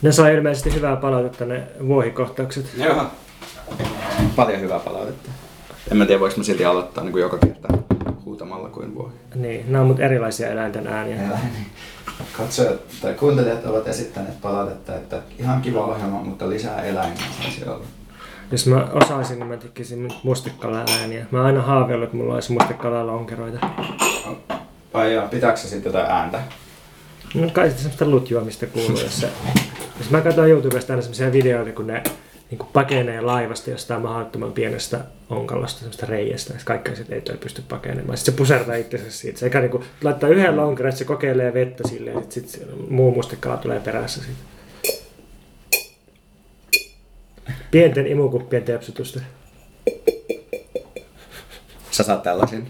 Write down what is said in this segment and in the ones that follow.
Ne saa ilmeisesti hyvää palautetta ne vuohikohtaukset. Joo, paljon hyvää palautetta. En mä tiedä, voiko mä silti aloittaa niin kuin joka kerta huutamalla kuin vuohi. Niin, nämä on mut erilaisia eläinten ääniä. Katsojat tai kuuntelijat ovat esittäneet palautetta, että ihan kiva ohjelma, mutta lisää eläimiä saisi olla. Jos mä osaisin, niin mä tekisin mustekkalan ääniä. Mä aina haaveillut, että mulla olisi mustekkalan lonkeroita. Ai joo, pitääkö se sitten jotain ääntä? No kai sitten semmoista lutjua, mistä kuuluu. Jos mä katson YouTubesta aina semmoisia videoita, kun ne niin pakenee laivasta jostain mahdottoman pienestä onkalosta, semmoista reiästä. Kaikki ei toi pysty pakenemaan. Sitten se pusertaa itsensä siitä. Se eikä niin kuin, laittaa yhden lonkeron, että se kokeilee vettä silleen, että sitten muu mustekala tulee perässä siitä. Pienten imukuppien tepsutusta. Sä saat tällaisen.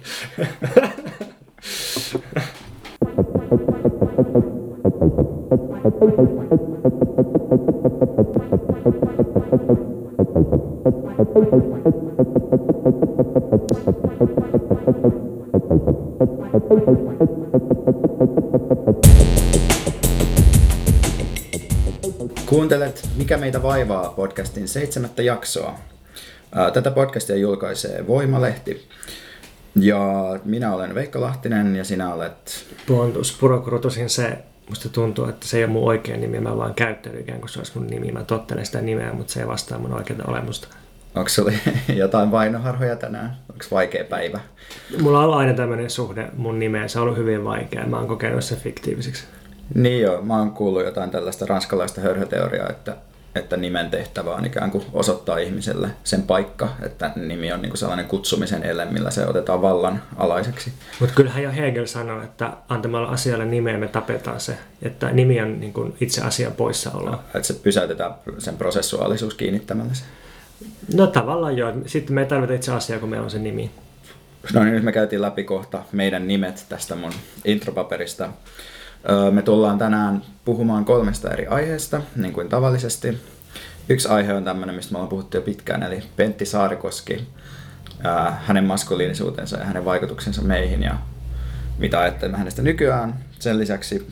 Kuuntelet Mikä meitä vaivaa podcastin 7. jaksoa. Tätä podcastia julkaisee Voimalehti. Ja minä olen Veikka Lahtinen ja sinä olet... Pontus Purokuru. Tosin se, musta tuntuu, että se ei ole mun oikea nimi. Mä vaan käyttänyt ikään kuin se olisi mun nimi. Mä tottelen sitä nimeä, mutta se ei vastaa mun oikeaa olemusta. Onko sulla jotain vainoharhoja tänään? Onko vaikea päivä? Mulla on ollut aina tämmöinen suhde mun nimeen. Se on ollut hyvin vaikea. Mä oon kokenut sen fiktiiviseksi. Niin joo, mä oon kuullut jotain tällaista ranskalaista hörhöteoriaa, että nimen tehtävä on ikään kuin osoittaa ihmiselle sen paikka, että nimi on niin kuin sellainen kutsumisen ele, millä se otetaan vallan alaiseksi. Mutta kyllähän jo Hegel sanoi, että antamalla asialle nimeä me tapetaan se, että nimi on niin kuin itse asian poissaolo. Että se pysäytetään sen prosessuaalisuus kiinnittämällä se. No tavallaan joo. Sitten me ei tarvita itse asiaa, kun meillä on se nimi. No niin, nyt me käytiin läpi kohta meidän nimet tästä mun intropaperista. Me tullaan tänään puhumaan 3 eri aiheesta, niin kuin tavallisesti. Yksi aihe on tämmöinen, mistä me ollaan puhuttu jo pitkään, eli Pentti Saarikoski, hänen maskuliinisuutensa ja hänen vaikutuksensa meihin ja mitä ajattelemme hänestä nykyään. Sen lisäksi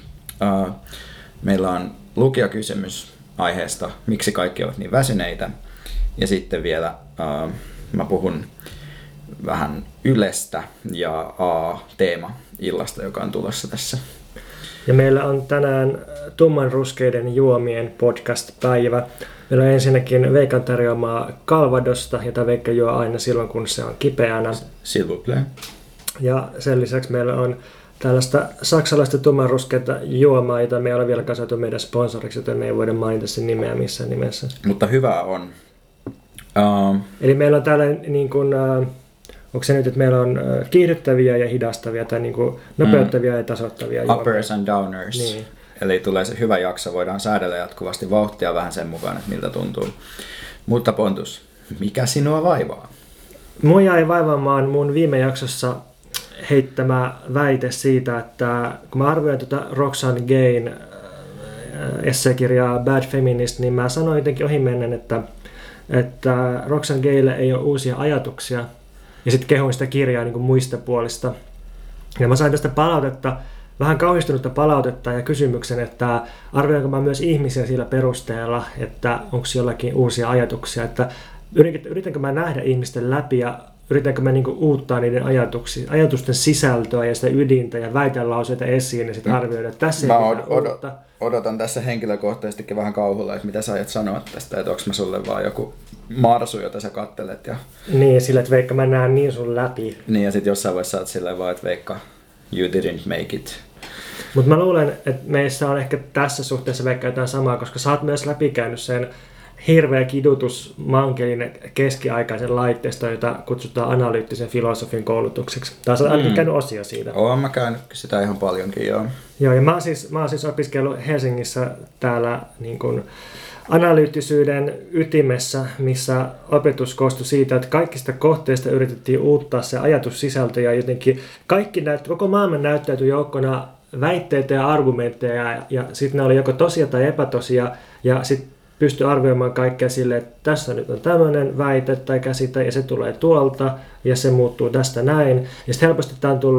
meillä on lukijakysymys aiheesta, miksi kaikki ovat niin väsyneitä. Ja sitten vielä mä puhun vähän Ylestä ja A-teema-illasta, joka on tulossa tässä. Ja meillä on tänään tummanruskeiden juomien podcast-päivä. Meillä on ensinnäkin Veikan tarjoamaa Calvadosta, jota Veikka juo aina silloin, kun se on kipeänä. S'il vous plaît. Ja sen lisäksi meillä on tällaista saksalaista tummanruskeita juomaa, jota me ei ole vielä kasvattu meidän sponsoriksi, joten me ei voida mainita sen nimeä missään nimessä. Mutta hyvä on. Eli meillä on tällainen niin kuin... Onko se nyt, että meillä on kiihdyttäviä ja hidastavia tai niin kuin nopeuttavia ja tasoittavia juomia? Uppers and downers. Niin. Eli tulee se hyvä jakso, voidaan säädellä jatkuvasti vauhtia vähän sen mukaan, että miltä tuntuu. Mutta Pontus, mikä sinua vaivaa? Mun jäi vaivaamaan mun viime jaksossa heittämä väite siitä, että kun mä arvioin tuota Roxane Gayn esseekirjaa Bad Feminist, niin mä sanoin jotenkin ohimennen, että Roxane Gaylle ei ole uusia ajatuksia. Ja sitten kehuin sitä kirjaa niin kuin muista puolista. Ja mä sain tästä palautetta, vähän kauhistunutta palautetta ja kysymyksen, että arvioinko mä myös ihmisiä sillä perusteella, että onko jollakin uusia ajatuksia. Että yritänkö mä nähdä ihmisten läpi ja yritänkö mä niin kuin uuttaa niiden ajatusten sisältöä ja sitä ydintä ja väitelauseita esiin ja sitten arvioida, että tässä ei mä odotan tässä henkilökohtaisestikin vähän kauhulla, että mitä sä aiot sanoa tästä, että onko mä sulle vaan joku marsu, jota sä kattelet. Ja... Niin, sillä että Veikka, mä näen niin sun läpi. Niin, ja sitten jossain vaiheessa sä oot silleen vaan, että Veikka, you didn't make it. Mutta mä luulen, että meissä on ehkä tässä suhteessa Veikka jotain samaa, koska sä oot myös läpikäynyt sen hirveä kidutusmankelin keskiaikaisen laitteiston, jota kutsutaan analyyttisen filosofin koulutukseksi. Tai sä oot käynyt osia siitä. Oon mä käynyt sitä ihan paljonkin, joo. Joo, ja mä oon siis opiskellut Helsingissä täällä niin kuin analyyttisyyden ytimessä, missä opetus koostui siitä, että kaikista kohteista yritettiin uuttaa se ajatussisältö ja jotenkin koko maailman näyttäytyi joukkona väitteitä ja argumentteja ja sitten ne oli joko tosia tai epätosia ja sitten pystyi arvioimaan kaikkea silleen, että tässä nyt on tämmöinen väite tai käsite ja se tulee tuolta ja se muuttuu tästä näin. Ja sitten helposti tämä on tullut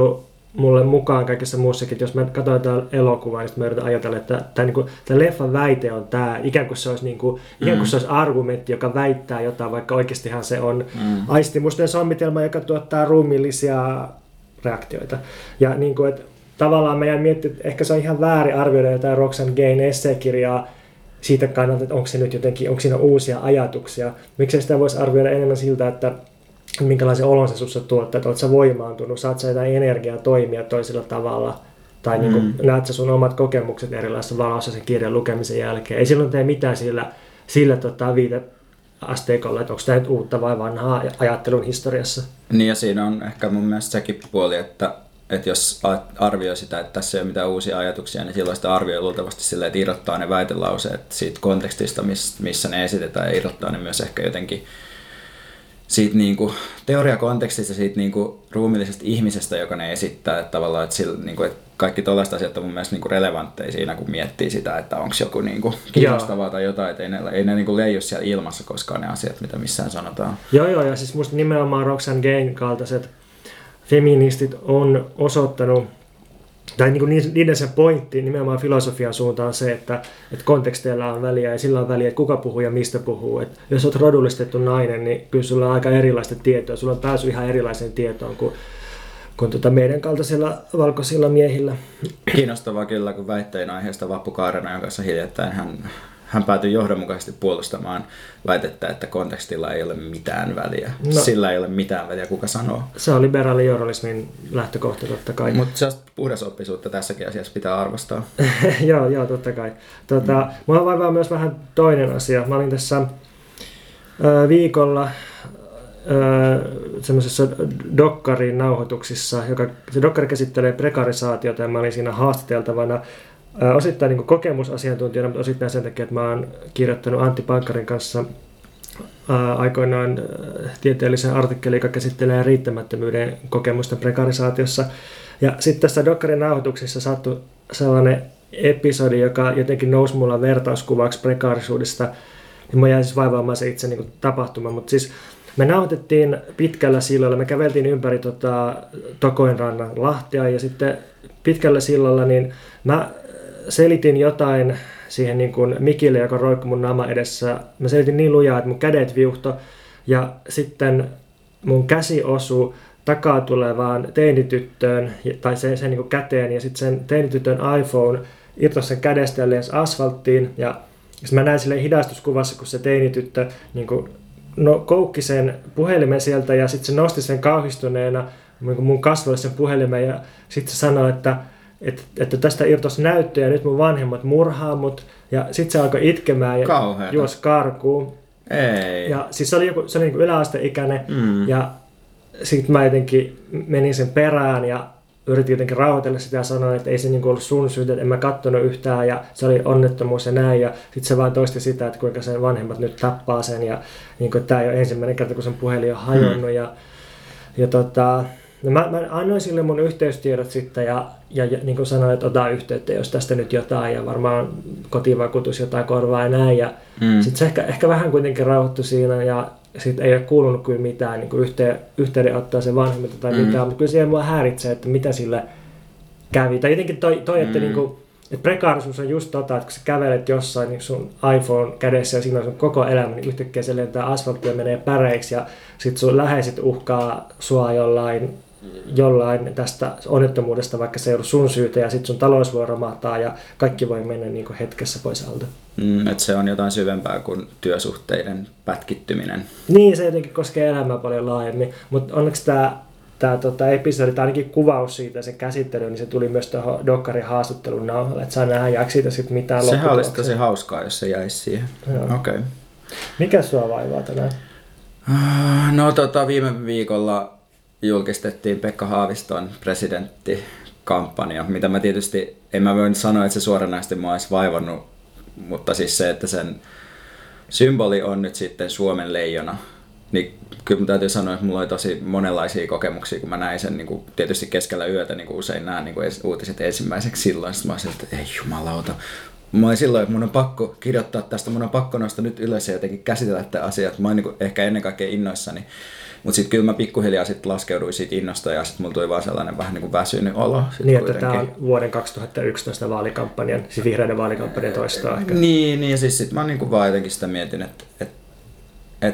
mulle mukaan kaikessa muussakin, että jos mä katson jotain elokuvaa, niin mä yritän ajatella, että tämä leffan väite on tämä, ikään kuin se olisi argumentti, joka väittää jotain, vaikka oikeastihan se on aistimusten sommitelma, joka tuottaa ruumiillisia reaktioita. Ja niin kuin, että tavallaan meidän miettii, että ehkä se on ihan väärin arvioida jotain Roxane Gayn esseekirjaa siitä kannalta, että onko se nyt jotenkin, onko siinä uusia ajatuksia. Miksei sitä voisi arvioida enemmän siltä, että minkälaisen olon se sussa tuottaa, että oletko sä voimaantunut, saat sä jotain energiaa toimia toisella tavalla, tai niin kuin, näet sä sun omat kokemukset erilaisessa valossa sen kirjan lukemisen jälkeen. Ei silloin tee mitään sillä viiteasteikolla, että onko tämä nyt uutta vai vanhaa ajattelun historiassa. Niin ja siinä on ehkä mun mielestä sekin puoli, että jos arvioi sitä, että tässä ei ole mitään uusia ajatuksia, niin silloin sitä arvioi luultavasti silleen, että irrottaa ne väitelauseet siitä kontekstista, missä ne esitetään, ja irrottaa ne myös ehkä jotenkin siitä niinku teoriakontekstista, siitä niinku ruumiillisesta ihmisestä, joka ne esittää, että tavallaan, että että kaikki tällaiset asiat on mun mielestä niinku relevantteja siinä, kun miettii sitä, että onko joku niinku kiinnostavaa tai jotain, että ei ne niinku leiju siellä ilmassa koskaan ne asiat, mitä missään sanotaan. Joo, ja siis musta nimenomaan Roxane Gayn kaltaiset feministit on osoittanut, tai niiden se pointti nimenomaan filosofian suuntaan on se, että konteksteilla on väliä ja sillä on väliä, että kuka puhuu ja mistä puhuu. Et jos olet rodullistettu nainen, niin kyllä sulla on aika erilaista tietoa. Sulla on päässyt ihan erilaiseen tietoon kuin meidän kaltaisilla valkoisilla miehillä. Kiinnostavaa kyllä, kun väittein aiheesta Vappu Kaarenojan kanssa hiljattain hän päätyi johdonmukaisesti puolustamaan väitettä, että kontekstilla ei ole mitään väliä. No, sillä ei ole mitään väliä, kuka sanoo. Se on liberaali journalismin lähtökohta totta kai. Mutta se puhdasoppisuutta tässäkin asiassa pitää arvostaa. joo, totta kai. Mua vaivaa myös vähän toinen asia. Mä olin tässä viikolla semmoisessa dokkarin nauhoituksissa, se dokkari käsittelee prekarisaatiota ja mä olin siinä haastateltavana. Osittain niin kokemusasiantuntijana, mutta osittain sen takia, että mä oon kirjoittanut Antti Pankkarin kanssa aikoinaan tieteellisen artikkelin, joka käsittelee riittämättömyyden kokemusten prekarisaatiossa. Ja sitten tässä dokkarin nauhoituksessa sattui sellainen episodi, joka jotenkin nousi mulla vertauskuvaksi prekaarisuudesta. Ja mä jäin siis vaivaamaan se itse niin tapahtuma. Mutta siis me nauhoitettiin pitkällä sillalla, me käveltiin ympäri Tokoinrannan Lahtea ja sitten pitkällä sillalla niin mä selitin jotain siihen niin kuin mikille, joka roikkui mun naama edessä. Mä selitin niin lujaa, että mun kädet viuhto ja sitten mun käsi osui takaa tulevaan teinityttöön tai sen niin kuin käteen ja sitten sen teinitytön iPhone irtosi sen kädestä ja lensi asfalttiin ja mä näin silleen hidastuskuvassa, kun se teinityttö niin kuin, koukki sen puhelimen sieltä ja sitten se nosti sen kauhistuneena mun kasvoille sen puhelimen ja sitten se sanoi, että tästä irtosi näyttöjä ja nyt mun vanhemmat murhaa mut ja sitten se alkoi itkemään ja juosi karkuun. Ei. Ja siis se oli niin kuin yläasteikäinen ja sitten mä jotenkin menin sen perään ja yritin jotenkin rauhoitella sitä ja sanoin, että ei se niin kuin ollut sun syytä, että en mä katsonut yhtään ja se oli onnettomuus ja näin ja sitten se vaan toisti sitä, että kuinka sen vanhemmat nyt tappaa sen ja niin kuin, tämä ei ole ensimmäinen kerta, kun sen puhelin on hajonnut no mä annoin sille mun yhteystiedot sitten ja niin kuin sanoin, että ota yhteyttä, jos tästä nyt jotain ja varmaan kotivakuutus jotain korvaa ja näin. Ja sitten se ehkä vähän kuitenkin rauhoittui siinä ja sitten ei ole kuulunut kyllä mitään niin kuin yhteydenottoa sen vanhemmilta tai mitään, mutta kyllä siihen mua häiritsee, että mitä sille kävi. Tai jotenkin että, niin kuin, että prekaarisuus on just että kun sä kävelet jossain niin sun iPhone kädessä ja siinä on sun koko elämä, niin yhtäkkiä se lentää asfalttia ja menee päreiksi ja sitten sun läheiset uhkaa sua jollain tästä onnettomuudesta, vaikka se ei ollut sun syytä ja sitten sun talous voi romahtaa ja kaikki voi mennä niin kuin hetkessä pois alta. Että se on jotain syvempää kuin työsuhteiden pätkittyminen. Niin, se jotenkin koskee elämää paljon laajemmin, mutta onneksi tämä episodi, tai ainakin kuvaus siitä, se käsittely, niin se tuli myös tuohon dokkarin haastattelun nauhalle, että saa nähdä, jääkö siitä sitten mitään lopputuloksia. Sehän olisi tosi hauskaa, jos se jäisi siihen. Okay. Mikä sua vaivaa tänään? No viime viikolla julkistettiin Pekka Haaviston presidenttikampanja, mitä mä tietysti, en mä voi sanoa, että se suoranaisesti mua olisi vaivannut, mutta siis se, että sen symboli on nyt sitten Suomen leijona, niin kyllä mun täytyy sanoa, että mulla oli tosi monenlaisia kokemuksia, kun mä näin sen niin kuin, tietysti keskellä yötä, niin kuin usein näen niin kuin uutiset ensimmäiseksi silloin, sitten mä olisin, että ei jumalauta, Mä olin silloin, että mun on pakko kirjoittaa tästä, mun on pakko nostaa nyt ylös ja jotenkin käsitellä tätä asiaa. Mä oon niin ehkä ennen kaikkea innoissani. Mutta sitten kyllä mä pikkuhiljaa sit laskeuduin siitä innosta ja sitten mulla tuli vaan sellainen vähän niin kuin väsynyt olo. Niin, että tämä on vuoden 2011 vaalikampanjan, siis vihreiden vaalikampanjan toistoa ehkä. Niin siis sit mä niin kuin vaan jotenkin sitä mietin, että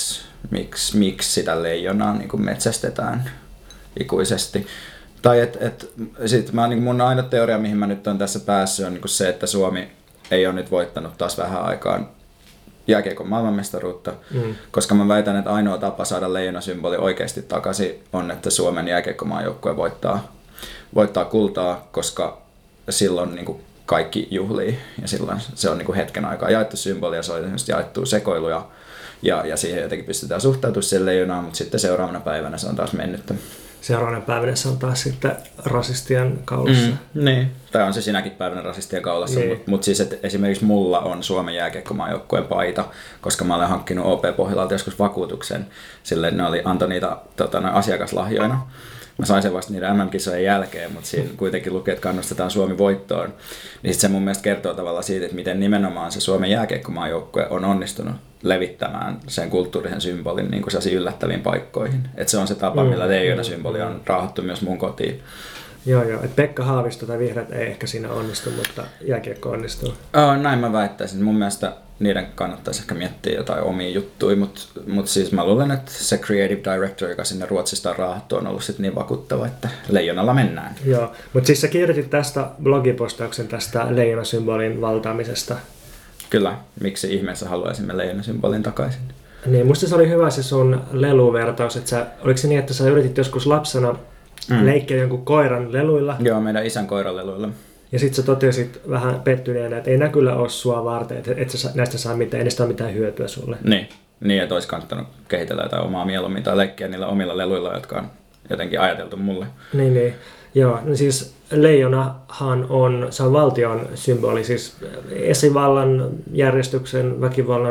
miksi sitä leijonaa niin kuin metsästetään ikuisesti. Tai sitten niin mun ainoa teoria, mihin mä nyt on tässä päässyt, on niin kuin se, että Suomi ei ole nyt voittanut taas vähän aikaan jääkiekon maailmanmestaruutta, koska mä väitän, että ainoa tapa saada leijonasymboli oikeasti takaisin on, että Suomen jääkiekkomaajoukkue voittaa kultaa, koska silloin niin kuin kaikki juhlii ja silloin se on niin kuin hetken aikaa jaettu symboli ja se on esimerkiksi jaettu sekoiluja ja siihen jotenkin pystytään suhtautumaan siihen leijonaan, mutta sitten seuraavana päivänä se on taas mennyttä. Seuraavana päivänä se on taas sitten rasistien kaulassa. Niin, tai on se sinäkin päivänä rasistien kaulassa, niin. Mutta siis että esimerkiksi mulla on Suomen jääkiekkomaajoukkueen paita, koska mä olen hankkinut OP Pohjolalta joskus vakuutuksen, silleen ne antoi niitä asiakaslahjoina. Mä sain sen vasta niiden MM-kisojen jälkeen, mutta siinä kuitenkin lukee, että kannustetaan Suomi voittoon. Niin se mun mielestä kertoo tavallaan siitä, että miten nimenomaan se Suomen jääkiekkomaajoukkue on onnistunut levittämään sen kulttuurisen symbolin niin kuin yllättäviin paikkoihin. Että se on se tapa, millä leijona-symboli on raahattu myös mun kotiin. Joo. Et Pekka Haavisto tai Vihreät ei ehkä siinä onnistu, mutta jääkiekko onnistuu. Näin mä väittäisin. Mun mielestä niiden kannattaisi ehkä miettiä jotain omia juttuja, mutta siis mä luulen, että se creative director, joka sinne Ruotsista on raahattu, on ollut sit niin vakuuttava, että leijonalla mennään. Joo, mutta siis sä kirjoitit tästä blogipostauksen tästä leijonasymbolin valtaamisesta. Kyllä, miksi ihmeessä haluaisimme leijonasymbolin takaisin? Niin, musta se oli hyvä se sun leluvertaus, että oliko se niin, että sä yritit joskus lapsena leikkiä jonkun koiran leluilla? Joo, meidän isän koiran leluilla. Ja sit sä totesit vähän pettyneenä, että ei nää kyllä ole sua varten, että et sä näistä saa mitään, ei niistä ole mitään hyötyä sulle. Niin, että olisi kannattanut kehitellä jotain omaa mieluummin tai leikkiä niillä omilla leluilla, jotka on jotenkin ajateltu mulle. Niin. Joo, no siis leijonahan on valtion symboli, siis esivallan, järjestyksen, väkivallan,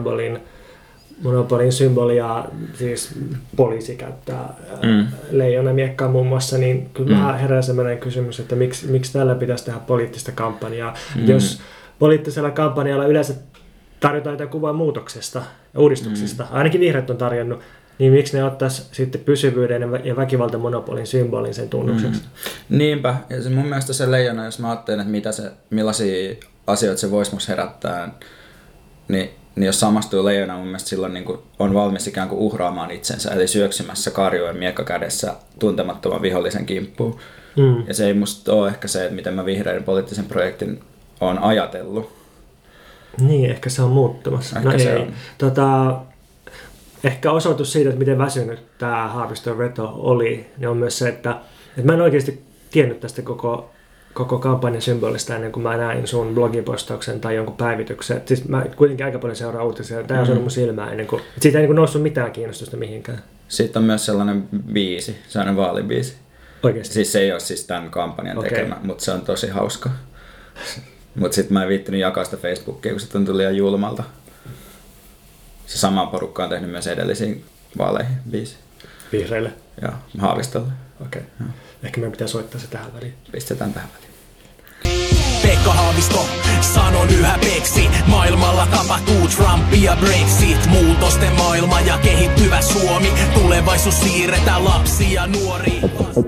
monopolin symbolia, siis poliisi käyttää leijonamiekkaa muun muassa, niin kyllä vähän herää sellainen kysymys, että miksi tällä pitäisi tehdä poliittista kampanjaa. Jos poliittisella kampanjalla yleensä tarjotaan jotain kuvaa muutoksesta ja uudistuksista, ainakin vihreät on tarjonnut, niin miksi ne ottaisi sitten pysyvyyden ja väkivaltamonopolin symbolin sen tunnukseksi? Niinpä, ja se mun mielestä se leijona, jos mä ajattelen, että millaisia asioita se voisi musta herättää, niin jos samastuu leijona, mun mielestä silloin niin on valmis ikään kuin uhraamaan itsensä, eli syöksymässä karjoen miekka kädessä tuntemattoman vihollisen kimppuun. Ja se ei musta ole ehkä se, että miten mä vihreiden poliittisen projektin olen ajatellut. Niin, ehkä se on muuttumassa. Ehkä se on. Ehkä osoitus siitä, että miten väsynyt tämä Haaviston veto oli, niin on myös se, että mä en oikeasti tiennyt tästä koko kampanjan symbolista ennen kuin mä näin sun blogipostauksen tai jonkun päivityksen. Siis mä kuitenkin aika paljon seuraa uutisia. Tämä on mun silmään ennen kuin... Siitä ei noussut mitään kiinnostusta mihinkään. Sitten on myös sellainen biisi, sellainen vaalibiisi. Oikeasti? Siis se ei ole siis tämän kampanjan tekemä, mutta se on tosi hauska. Mutta sitten mä en viittynyt jakaa sitä Facebookia, kun se tuli liian julmalta. Se sama porukka on tehnyt myös edellisiin vaaleihin biisi. Vihreille? Joo, Haavistolle. Okei. Ehkä meidän pitää soittaa se tähän väliin. Pistetään tähän väliin. Pekka Haavisto, sanon yhä peksi. Maailmalla tapahtuu Trump ja Brexit. Muutosten maailma ja kehittyvä Suomi. Tulevaisuus siirretään lapsia ja nuoriin.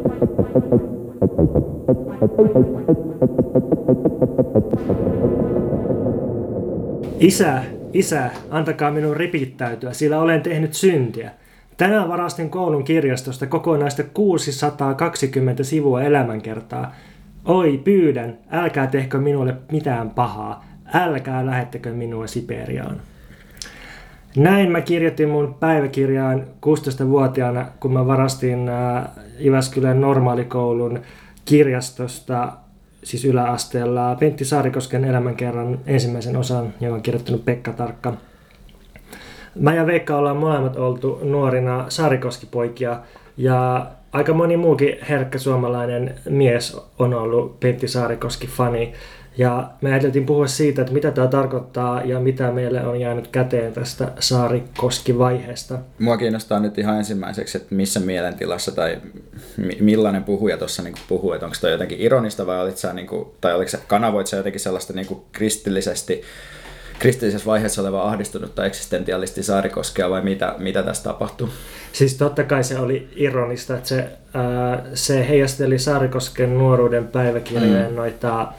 Isä, antakaa minun ripittäytyä, sillä olen tehnyt syntiä. Tänään varastin koulun kirjastosta kokonaista 620 sivua elämänkertaa. Oi, pyydän, älkää tehkö minulle mitään pahaa. Älkää lähettäkö minua Siperiaan. Näin mä kirjoitin mun päiväkirjaan 16-vuotiaana, kun mä varastin Jyväskylän normaalikoulun kirjastosta, siis yläasteella, Pentti Saarikosken elämänkerran ensimmäisen osan, jonka on kirjoittanut Pekka Tarkka. Mä ja Veikka ollaan molemmat oltu nuorina Saarikoski-poikia, ja aika moni muukin herkkä suomalainen mies on ollut Pentti Saarikoski-fani. Ja me ajateltiin puhua siitä, että mitä tämä tarkoittaa ja mitä meille on jäänyt käteen tästä Saarikoski-vaiheesta. Mua kiinnostaa nyt ihan ensimmäiseksi, että missä mielentilassa tai millainen puhuja tuossa niinku puhuu, että onko toi jotenkin ironista vai kanavoit sä jotenkin sellaista niinku kristillisessä vaiheessa oleva ahdistunut tai eksistentialisti Saarikoskea vai mitä tässä tapahtuu? Siis totta kai se oli ironista, että se heijasteli Saarikosken nuoruuden päiväkirjojen noita,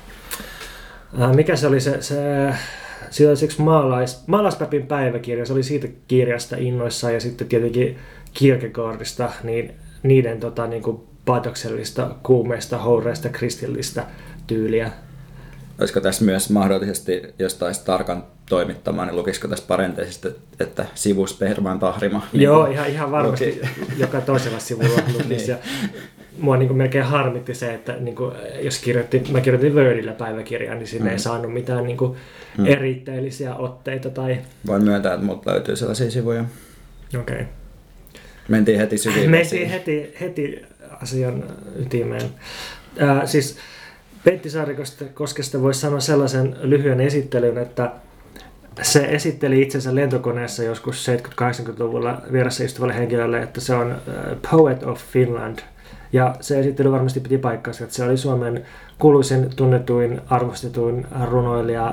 mikä se oli siellä oli yksi maalaispäpin päiväkirja, se oli siitä kirjasta innoissaan ja sitten tietenkin Kierkegaardista, niin niiden niin kuin paatoksellista, kuumeista, houreista, kristillistä tyyliä. Olisiko tässä myös mahdollisesti, jos taisi tarkan toimittamaan, niin lukisiko tässä parenteesista, että sivusperman tahrima? Joo, ihan varmasti joka toisella sivulla lukisi. Ja mua niin kuin melkein harmitti se, että niin kuin, jos mä kirjoitin Wordillä päiväkirjaa, niin sinne ei saanut mitään niin kuin eritteellisiä otteita. Voin myöntää, että multa löytyy sellaisia sivuja. Okei. Okay. Mentiin heti syviin. Mentiin heti asian ytimeen. Siis Pentti Saarikoskesta voisi sanoa sellaisen lyhyen esittelyn, että se esitteli itsensä lentokoneessa joskus 70-80-luvulla vieressä istuvalle henkilölle, että se on Poet of Finland. Ja se esittely varmasti piti paikkansa, että se oli Suomen kuuluisin, tunnetuin, arvostetuin runoilija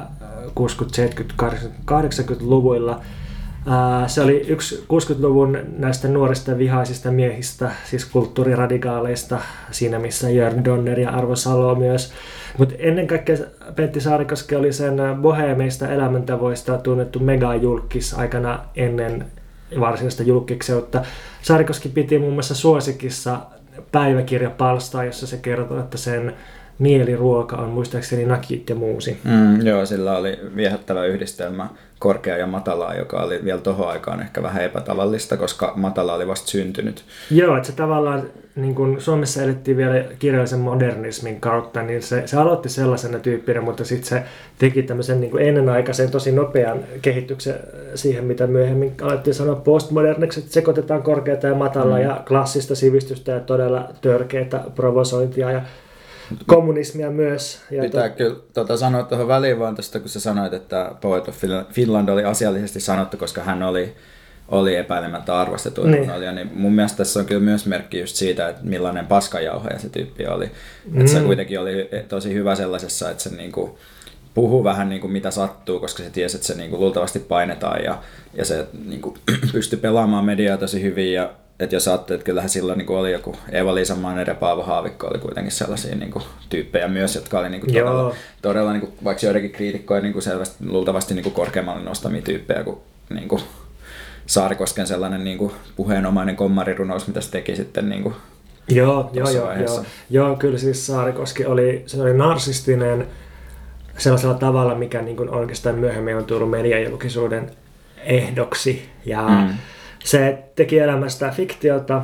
60-, 70-, 80-luvuilla. Se oli yksi 60-luvun näistä nuorista vihaisista miehistä, siis kulttuuriradikaaleista, siinä missä Jörn Donner ja Arvo Salo myös. Mutta ennen kaikkea Pentti Saarikoski oli sen boheemeista elämäntavoista tunnettu megajulkis aikana ennen varsinaista julkikseutta. Saarikoski piti muun muassa Suosikissa päiväkirjapalstaa, jossa se kertoo, että sen mieliruoka on muistaakseni nakit ja muusi. Joo, sillä oli viehättävä yhdistelmä korkea ja matalaa, joka oli vielä tohon aikaan ehkä vähän epätavallista, koska matala oli vasta syntynyt. Joo, että se tavallaan, niin kun Suomessa elettiin vielä kirjallisen modernismin kautta, niin se aloitti sellaisena tyyppinä, mutta sitten se teki tämmöisen niin kuin ennenaikaisen tosi nopean kehityksen siihen, mitä myöhemmin alettiin sanoa postmoderniksi, että sekoitetaan korkeata ja matalaa ja klassista sivistystä ja todella törkeitä provosointia ja kommunismia myös. Ja pitää kyllä sanoa tuohon väliin vaan tästä, kun sä sanoit, että Poet of Finland oli asiallisesti sanottu, koska hän oli epäilemättä arvostettu runoilija, niin mun mielestä tässä on kyllä myös merkki just siitä, että millainen paskajauhaja se tyyppi oli. Että se kuitenkin oli tosi hyvä sellaisessa, että se niinku puhuu vähän niinku mitä sattuu, koska se tiesi, että se niinku luultavasti painetaan ja se niinku pystyi pelaamaan mediaa tosi hyvin ja että jos ajattelet, että kyllähän silloin niin oli joku Eeva-Liisa Manner ja Paavo Haavikko oli kuitenkin sellaisia niin kuin, tyyppejä myös, jotka oli niin kuin, todella niin kuin, vaikka joidenkin kriitikkoja niin kuin selvästi, luultavasti niin kuin korkeammalle nostamia tyyppejä kuin, niin kuin Saarikosken sellainen niin kuin, puheenomainen kommarirunous, mitä se teki sitten niin kuin, Joo, kyllä siis Saarikoski oli narsistinen sellaisella tavalla, mikä niin kuin oikeastaan myöhemmin on tullut mediajulkisuuden ehdoksi ja se teki elämästä fiktiota,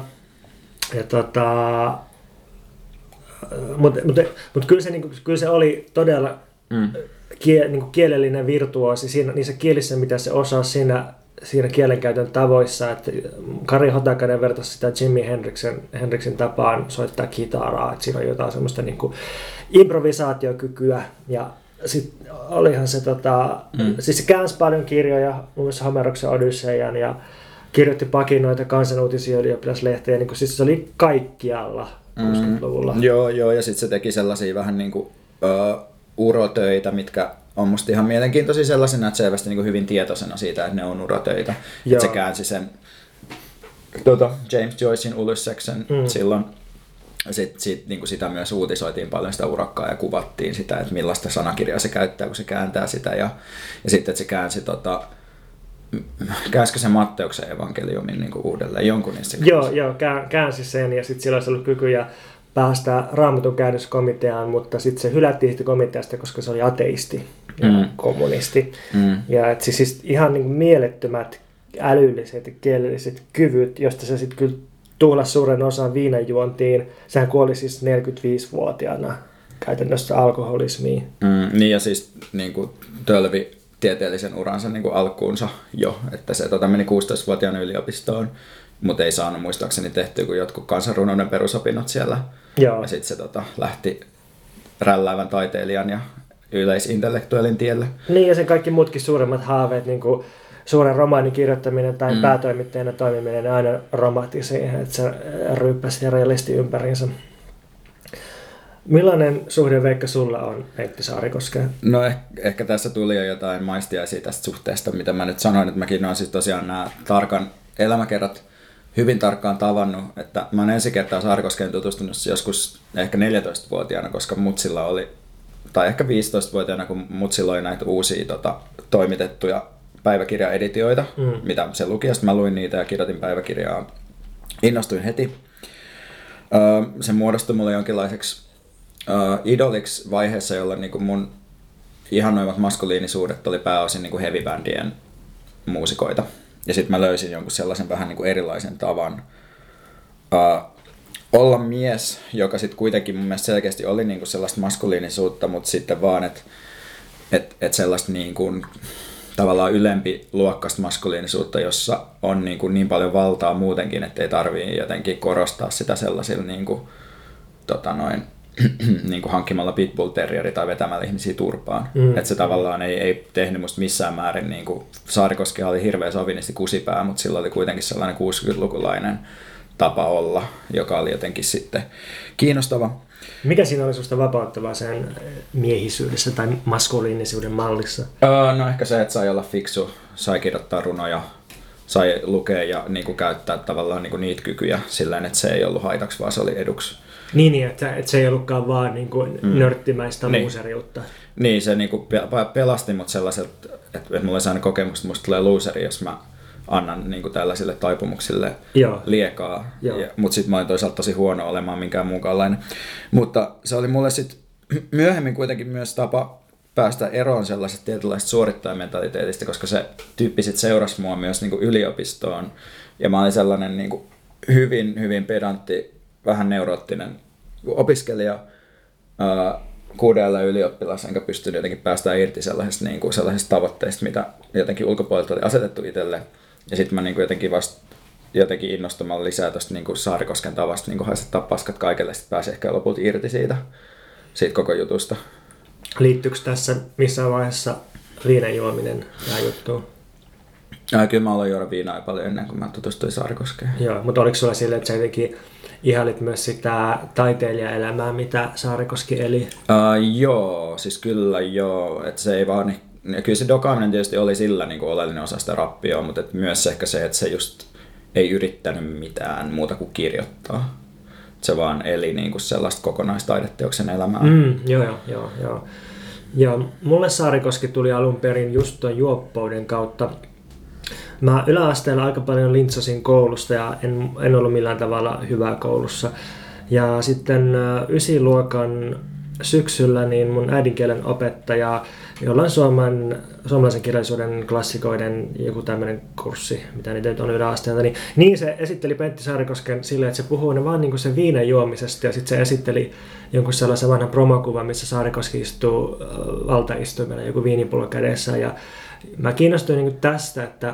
mutta kyllä se oli todella kielellinen virtuoosi niissä kielissä, mitä se osasi siinä kielenkäytön tavoissa. Että Kari Hotakainen vertasi sitä Jimi Hendrixin tapaan soittaa kitaraa, että siinä on jotain semmoista niin kuin improvisaatiokykyä ja sitten olihan se siis se käänsi paljon kirjoja, muun muassa Homeroksen Odysseian ja kirjoitti pakinoita, kansanuutisia, ylioppilaslehtiä, niin siis se oli kaikkialla 60-luvulla. Joo, ja sitten se teki sellaisia vähän niin kuin urotöitä, mitkä on musta ihan mielenkiintoisia sellaisena, että selvästi niin kuin hyvin tietoisena siitä, että ne on urotöitä. Että se käänsi sen James Joycein Ulysseksen silloin. Sitten niin kuin sitä myös uutisoitiin paljon sitä urakkaa ja kuvattiin sitä, että millaista sanakirjaa se käyttää, kun se kääntää sitä. Ja sitten, että se käänsi käänsikö se Matteuksen evankeliumin niin kuin uudelleen jonkun niistä? Joo, käänsi sen ja sitten sillä olisi ollut kykyjä päästä Raamatun käännöskomiteaan, mutta sitten se hylättiin siitä komiteasta, koska se oli ateisti ja kommunisti. Ja et siis ihan niin kuin mielettömät älylliset ja kielelliset kyvyt, josta se sitten kyllä tuhlasi suuren osan viinanjuontiin. Sehän kuoli siis 45-vuotiaana käytännössä alkoholismiin. Niin ja siis niin kuin tölvi tieteellisen uransa niin kuin alkuunsa jo, että se meni 16-vuotiaana yliopistoon, mutta ei saanut muistaakseni tehtyä kuin jotkut kansanrunouden perusopinnot siellä. Joo. Ja sitten se lähti rälläävän taiteilijan yleisintellektuellin tielle. Niin, ja sen kaikki muutkin suuremmat haaveet, niin kuin suuren romaanin kirjoittaminen tai päätoimittajana toimiminen, ne aina romahti siihen, että se ryyppäsi ja realisti ympäriinsä. Millainen suhde, Veikka, sulla on Pentti Saarikoskeen? No ehkä tässä tuli jo jotain maistiaisia tästä suhteesta, mitä mä nyt sanoin, että mäkin olen siis tosiaan nämä tarkan elämäkerrat hyvin tarkkaan tavannut, että mä oon ensi kertaa Saarikoskeen tutustunut joskus ehkä 14-vuotiaana, koska mutsilla oli, tai ehkä 15-vuotiaana, kun mutsilla oli näitä uusia toimitettuja päiväkirjaeditioita, mitä se luki, ja sitten mä luin niitä ja kirjoitin päiväkirjaa. Innostuin heti. Se muodostui mulle jonkinlaiseksi idoliksi vaiheessa, jolloin niin kuin mun ihannoimat maskuliinisuudet oli pääosin niin kuin heavy-bändien muusikoita. Ja sitten mä löysin jonkun sellaisen vähän niin kuin erilaisen tavan olla mies, joka sitten kuitenkin mun mielestä selkeästi oli niin kuin sellaista maskuliinisuutta, mutta sitten vaan, että sellaista niin kuin tavallaan ylempi luokkaista maskuliinisuutta, jossa on niin paljon valtaa muutenkin, ettei tarvii jotenkin korostaa sitä sellaisilla niin kuin, niin kuin hankkimalla pitbull-terrieri tai vetämällä ihmisiä turpaan. Että se tavallaan ei tehnyt musta missään määrin, niin kuin Saarikoski oli hirveä sovinisti kusipää, mutta sillä oli kuitenkin sellainen 60-lukulainen tapa olla, joka oli jotenkin sitten kiinnostava. Mikä siinä oli susta vapauttavaa sen miehisyydessä tai maskuliinisuuden mallissa? No ehkä se, että sai olla fiksu, sai kirjoittaa runoja, sai lukea ja niin kuin käyttää tavallaan niin kuin niitä kykyjä silleen, että se ei ollut haitaksi, vaan se oli eduksi. Niin, että se ei ollutkaan vaan niin kuin nörttimäistä luuseriutta. Niin, se niin kuin pelasti mut sellaiselta, että mulla oli sellainen kokemus, että musta tulee luuseri, jos mä annan niin kuin tällaisille taipumuksille liekaa. Mutta sitten mä olin toisaalta tosi huono olemaan minkään muunkaanlainen. Mutta se oli mulle sitten myöhemmin kuitenkin myös tapa päästä eroon sellaisesta tietynlaista suorittajamentaliteetista, koska se tyyppi sitten seurasi mua myös niin kuin yliopistoon. Ja mä olin sellainen niin kuin hyvin, hyvin pedantti, vähän neuroottinen opiskelija, 6. ylioppilas, enkä pystynyt jotenkin päästään irti sellaisesta, niin kuin sellaisesta tavoitteista, mitä jotenkin ulkopuolelta oli asetettu itselle. Ja sitten mä niin kuin jotenkin innostumalla lisää tuosta niin kuin Saarikosken tavasta niin haistattaa paskat kaikille, sitten pääsi ehkä lopulta irti siitä koko jutusta. Liittyykö tässä missään vaiheessa viinan juominen tähän juttuun? Kyllä mä aloin juoda viinaa paljon ennen kuin mä tutustuin Saarikoskeen. Joo, mutta oliko sulla silleen, että sä jotenkin ihailit myös sitä taiteilijaelämää, mitä Saarikoski eli? Joo, siis kyllä joo. Että se ei vaan, kyllä se dokaaminen tietysti oli sillä niin kuin oleellinen osa sitä rappioa, mutta myös ehkä se, että se just ei yrittänyt mitään muuta kuin kirjoittaa. Se vaan eli niin kuin sellaista kokonaistaideteoksen elämää. Joo. Ja mulle Saarikoski tuli alun perin just tuon juoppouden kautta. Mä yläasteella aika paljon lintsasin koulusta ja en ollut millään tavalla hyvää koulussa. Ja sitten 9-luokan syksyllä niin mun äidinkielen opettaja, jolla on suomalaisen kirjallisuuden klassikoiden joku tämmöinen kurssi, mitä niitä nyt on yläasteelta, niin se esitteli Pentti Saarikosken silleen, että se puhuu vaan niin kuin sen viinan juomisesta ja sitten se esitteli jonkun sellaisen vanhan promokuvan, missä Saarikoski istuu valtaistuimella joku viinipullo kädessä ja mä kiinnostuin niin kuin tästä, että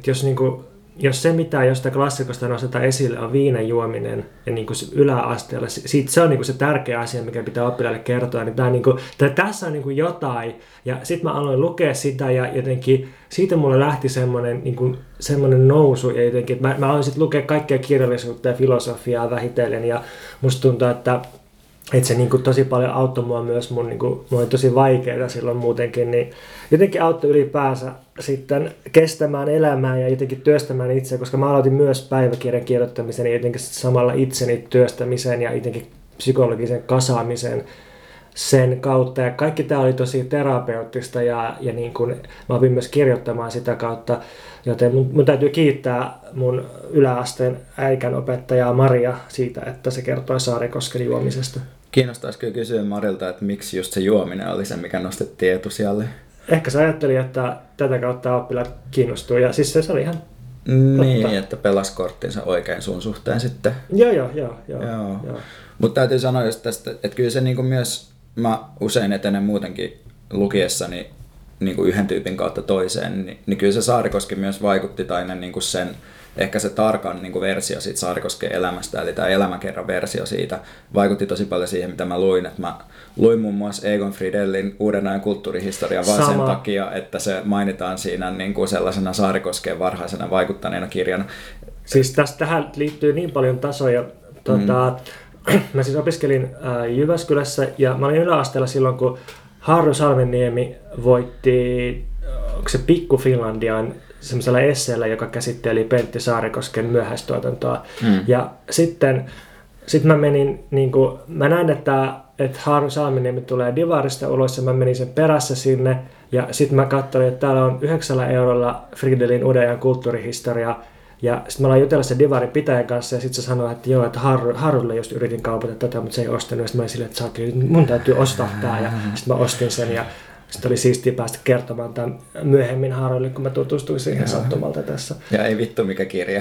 jos se mitä jostain klassikosta nostetaan esille on viinan juominen ja niin kuin yläasteella, se on niin kuin se tärkeä asia, mikä pitää oppilaille kertoa, niin tässä on niin kuin jotain. Ja sitten mä aloin lukea sitä ja jotenkin siitä mulle lähti semmoinen nousu ja jotenkin, että mä aloin sitten lukea kaikkea kirjallisuutta ja filosofiaa vähitellen ja musta tuntuu, että se niin kuin tosi paljon auttoi mua myös, mulla oli tosi vaikeaa silloin muutenkin, niin jotenkin auttoi ylipäänsä sitten kestämään elämää ja jotenkin työstämään itseä, koska mä aloitin myös päiväkirjan kirjoittamisen ja jotenkin samalla itseni työstämisen ja jotenkin psykologisen kasaamisen sen kautta. Ja kaikki tämä oli tosi terapeuttista ja niin kuin mä opin myös kirjoittamaan sitä kautta, joten mun täytyy kiittää mun yläasteen äikän opettajaa Maria siitä, että se kertoi Saarikosken juomisesta. Kiinnostaisi kyllä kysyä Marilta, että miksi just se juominen oli se, mikä nostettiin etusijalle. Ehkä sä ajattelin, että tätä kautta oppilaat kiinnostuu ja siis se oli ihan niin, totta. Että pelasi korttinsa oikein sun suhteen sitten. Joo. Mutta täytyy sanoa just tästä, että kyllä se niinku myös, mä usein etenen muutenkin lukiessani niinku yhden tyypin kautta toiseen, niin kyllä se Saarikoski myös vaikutti tai ne niinku sen ehkä se tarkan niin kuin versio siitä Saarikosken elämästä, eli tämä elämäkerran versio siitä, vaikutti tosi paljon siihen, mitä mä luin. Että mä luin muun muassa Egon Friedellin Uuden ajan kulttuurihistoria vaan sen takia, että se mainitaan siinä niin kuin sellaisena Saarikoskeen varhaisena vaikuttaneena kirjana. Siis tähän liittyy niin paljon tasoja. Mä siis opiskelin Jyväskylässä ja mä olin yläasteella silloin, kun Harry Salmeniemi voitti, onko se Pikku Finlandian semmoisella esseellä, joka käsitteli Pentti Saarikosken myöhäistuotantoa. Ja sitten mä menin, niin kuin, mä näin, että Harry Salmeniemi tulee Divarista ulos ja mä menin sen perässä sinne. Ja sitten mä katsoin, että täällä on 9 eurolla Friedellin Uuden ajan kulttuurihistoria. Ja sitten me ollaan jutella sen Divarin pitäjän kanssa ja sitten se sanoi, että joo, että Harrylle just yritin kaupata tätä, mutta se ei ostanut. Ja sitten mä olin silleen, että mun täytyy ostaa tää. Ja sitten mä ostin sen ja sitten oli siistiä päästä kertomaan tämän myöhemmin Harrylle, kun mä tutustuin siihen sattumalta tässä. Ja ei vittu mikä kirja.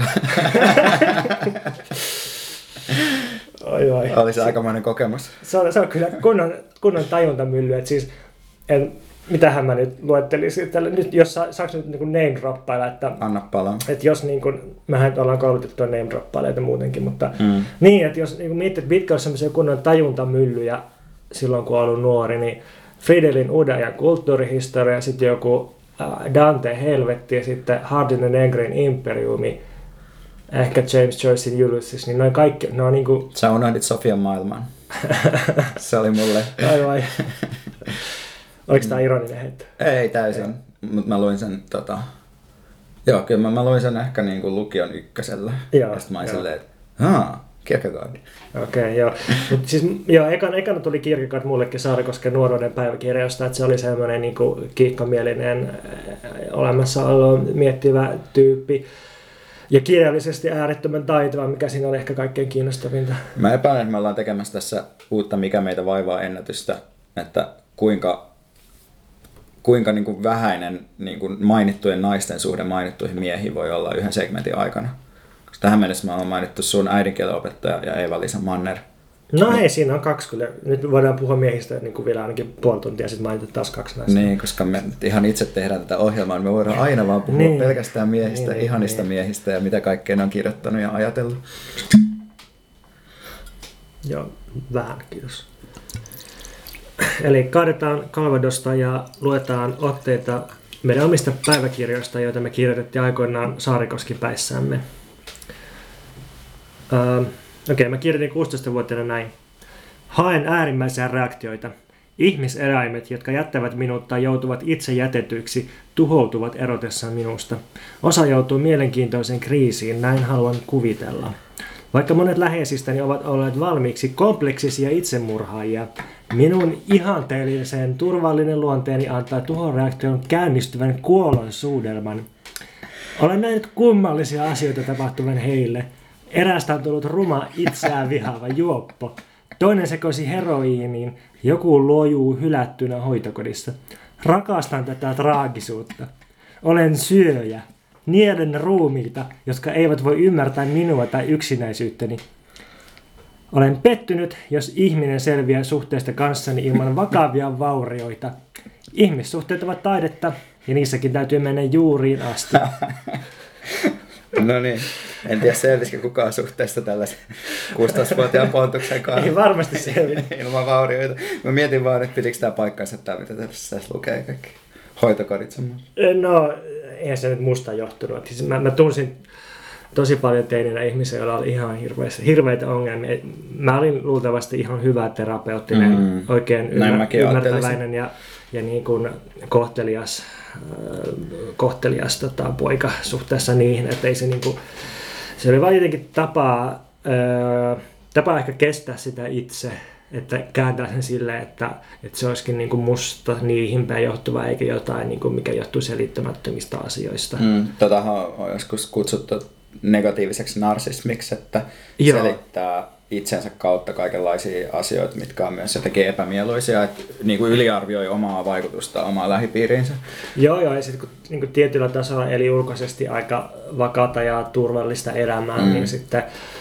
Oi. Oli se aikamoinen kokemus. Se on kyllä kunnon tajuntamylly. Että siis, mitähän mä nyt luettelisin tällä. Nyt, jos saaks nyt niin name-droppailla, että anna palaa. Että jos niin kuin, mehän ollaan koulutettua name-droppaileita muutenkin, mutta niin, että jos niin miettii, että mitkä on semmoisia kunnon tajuntamyllyjä silloin, kun on ollut nuori, niin Friedellin Uuden ajan kulttuurihistoria, sitten joku Dante Helvetti ja sitten Hardin and Engren Imperiumi, ehkä James Joycein Ulysses, niin noin kaikki, ne on niinku... Sä unohdit Sofian maailman. Se oli mulle... Vai. Oliko tää ironinen heitto? Ei täysin, mutta mä luin sen Joo, kyllä mä luin sen ehkä niinku lukion ykkösellä. Ja sit mä olin silleen, että Kierkegaard. Okei, joo. Mutta siis, ekana tuli Kierkegaard mullekin Saarikosken nuoruuden päiväkirjasta, että se oli semmoinen niinku kiikkamielinen olemassaolo miettivä tyyppi. Ja kirjallisesti äärettömän taitava, mikä siinä on ehkä kaikkein kiinnostavinta. Mä epäilen, että me ollaan tekemässä tässä uutta Mikä meitä vaivaa -ennätystä, että kuinka niin kuin vähäinen niin kuin mainittujen naisten suhde mainittuihin miehiin voi olla yhden segmentin aikana. Koska tähän mennessä me ollaan mainittu sun äidinkielen opettaja ja Eeva-Liisa Manner. No ei, siinä on 2 kyllä. Nyt voidaan puhua miehistä niin kuin vielä ainakin puoli tuntia, sitten mainita taas 2 naista. Niin, koska me ihan itse tehdään tätä ohjelmaa, niin me voidaan aina vaan puhua pelkästään miehistä, ihanista miehistä ja mitä kaikkea ne on kirjoittanut ja ajatellut. Joo, vähän, kiitos. Eli kaadetaan Calvadosta ja luetaan otteita meidän omista päiväkirjoista, joita me kirjoitettiin aikoinaan Saarikoski-päissämme. Okei, mä kirjoitin 16-vuotiaana näin. Haen äärimmäisiä reaktioita. Ihmiseläimet, jotka jättävät minut tai joutuvat itse jätetyiksi, tuhoutuvat erotessaan minusta. Osa joutuu mielenkiintoiseen kriisiin, näin haluan kuvitella. Vaikka monet läheisistäni ovat olleet valmiiksi kompleksisia itsemurhaajia, minun ihanteellisen turvallinen luonteeni antaa tuhoreaktion käynnistyvän kuolonsuudelman. Olen nähnyt kummallisia asioita tapahtuvan heille. Eräästä on tullut ruma itseään vihaava juoppo. Toinen sekoisi heroiiniin, joku lojuu hylättynä hoitokodissa. Rakastan tätä traagisuutta. Olen syöjä. Nielen ruumiita, jotka eivät voi ymmärtää minua tai yksinäisyyttäni. Olen pettynyt, jos ihminen selviää suhteesta kanssani ilman vakavia vaurioita. Ihmissuhteet ovat taidetta, ja niissäkin täytyy mennä juuriin asti. No niin, en tiedä selvisikö kukaan suhteesta tällaisen 16-vuotiaan Pontuksen kanssa. Ei varmasti selviä. Ilman vaurioita. Mä mietin vaan, että pitikö tämä paikkansa tämä, mitä tässä lukee kaikki hoitokodit semmoista. No, eihän se nyt musta johtunut. Siis mä tunsin tosi paljon teininä ihmisiä, joilla oli ihan hirveitä ongelmia. Mä olin luultavasti ihan hyvä terapeuttinen, oikein ymmärtäväinen ja niin kuin kohtelias poika suhteessa niihin, että ei se niin kuin, se oli vaan jotenkin tapa ehkä kestää sitä itse, että kääntää sen silleen, että se olisikin niin kuin musta niihin päin johtuva eikä jotain, niin kuin mikä johtuu selittämättömistä asioista. Totahan on joskus kutsuttu negatiiviseksi narsismiksi, että selittää itsensä kautta kaikenlaisia asioita, mitkä on myös jotenkin epämieluisia, että niin kuin yliarvioi omaa vaikutusta omaan lähipiiriinsä. Joo, ja sitten kun niin kuin tietyllä tasolla eli ulkoisesti aika vakaata ja turvallista elämää, niin sitten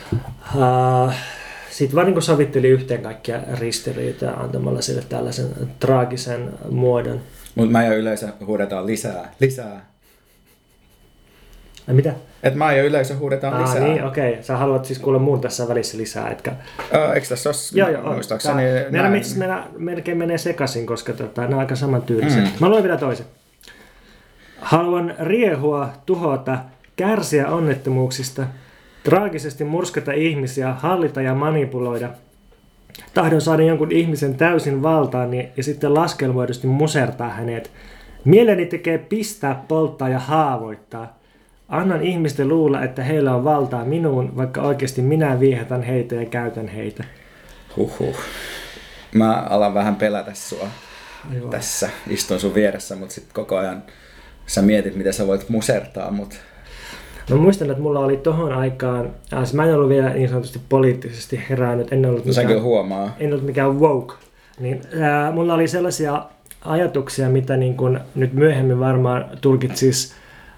vaan niin kuin sovitteli yhteen kaikkia ristiriitoja antamalla sille tällaisen traagisen muodon. Mutta mä ja yleensä huudetaan lisää. Mitä? Että maa ja yleisö huudetaan lisää. Niin, okei. Sä haluat siis kuulla muun tässä välissä lisää, etkä... Eikö tässä ole, muistaakseni... Meillä melkein menee sekaisin, koska nämä on aika samantyyliset. Mä luen vielä toisen. Haluan riehua, tuhota, kärsiä onnettomuuksista, traagisesti murskata ihmisiä, hallita ja manipuloida. Tahdon saada jonkun ihmisen täysin valtaani ja sitten laskelmoidusti musertaa hänet. Mieleni tekee pistää, polttaa ja haavoittaa. Annan ihmisten luulla, että heillä on valtaa minuun, vaikka oikeasti minä viehätän heitä ja käytän heitä. Huhhuh. Mä alan vähän pelätä sua tässä. Istun sun vieressä, mutta sitten koko ajan sä mietit, miten sä voit musertaa mut. Mä muistan, että mulla oli tohon aikaan, mä en ollut vielä niin sanotusti poliittisesti herännyt, en ollut mikään woke, niin mulla oli sellaisia ajatuksia, mitä niin kun nyt myöhemmin varmaan tulkitsis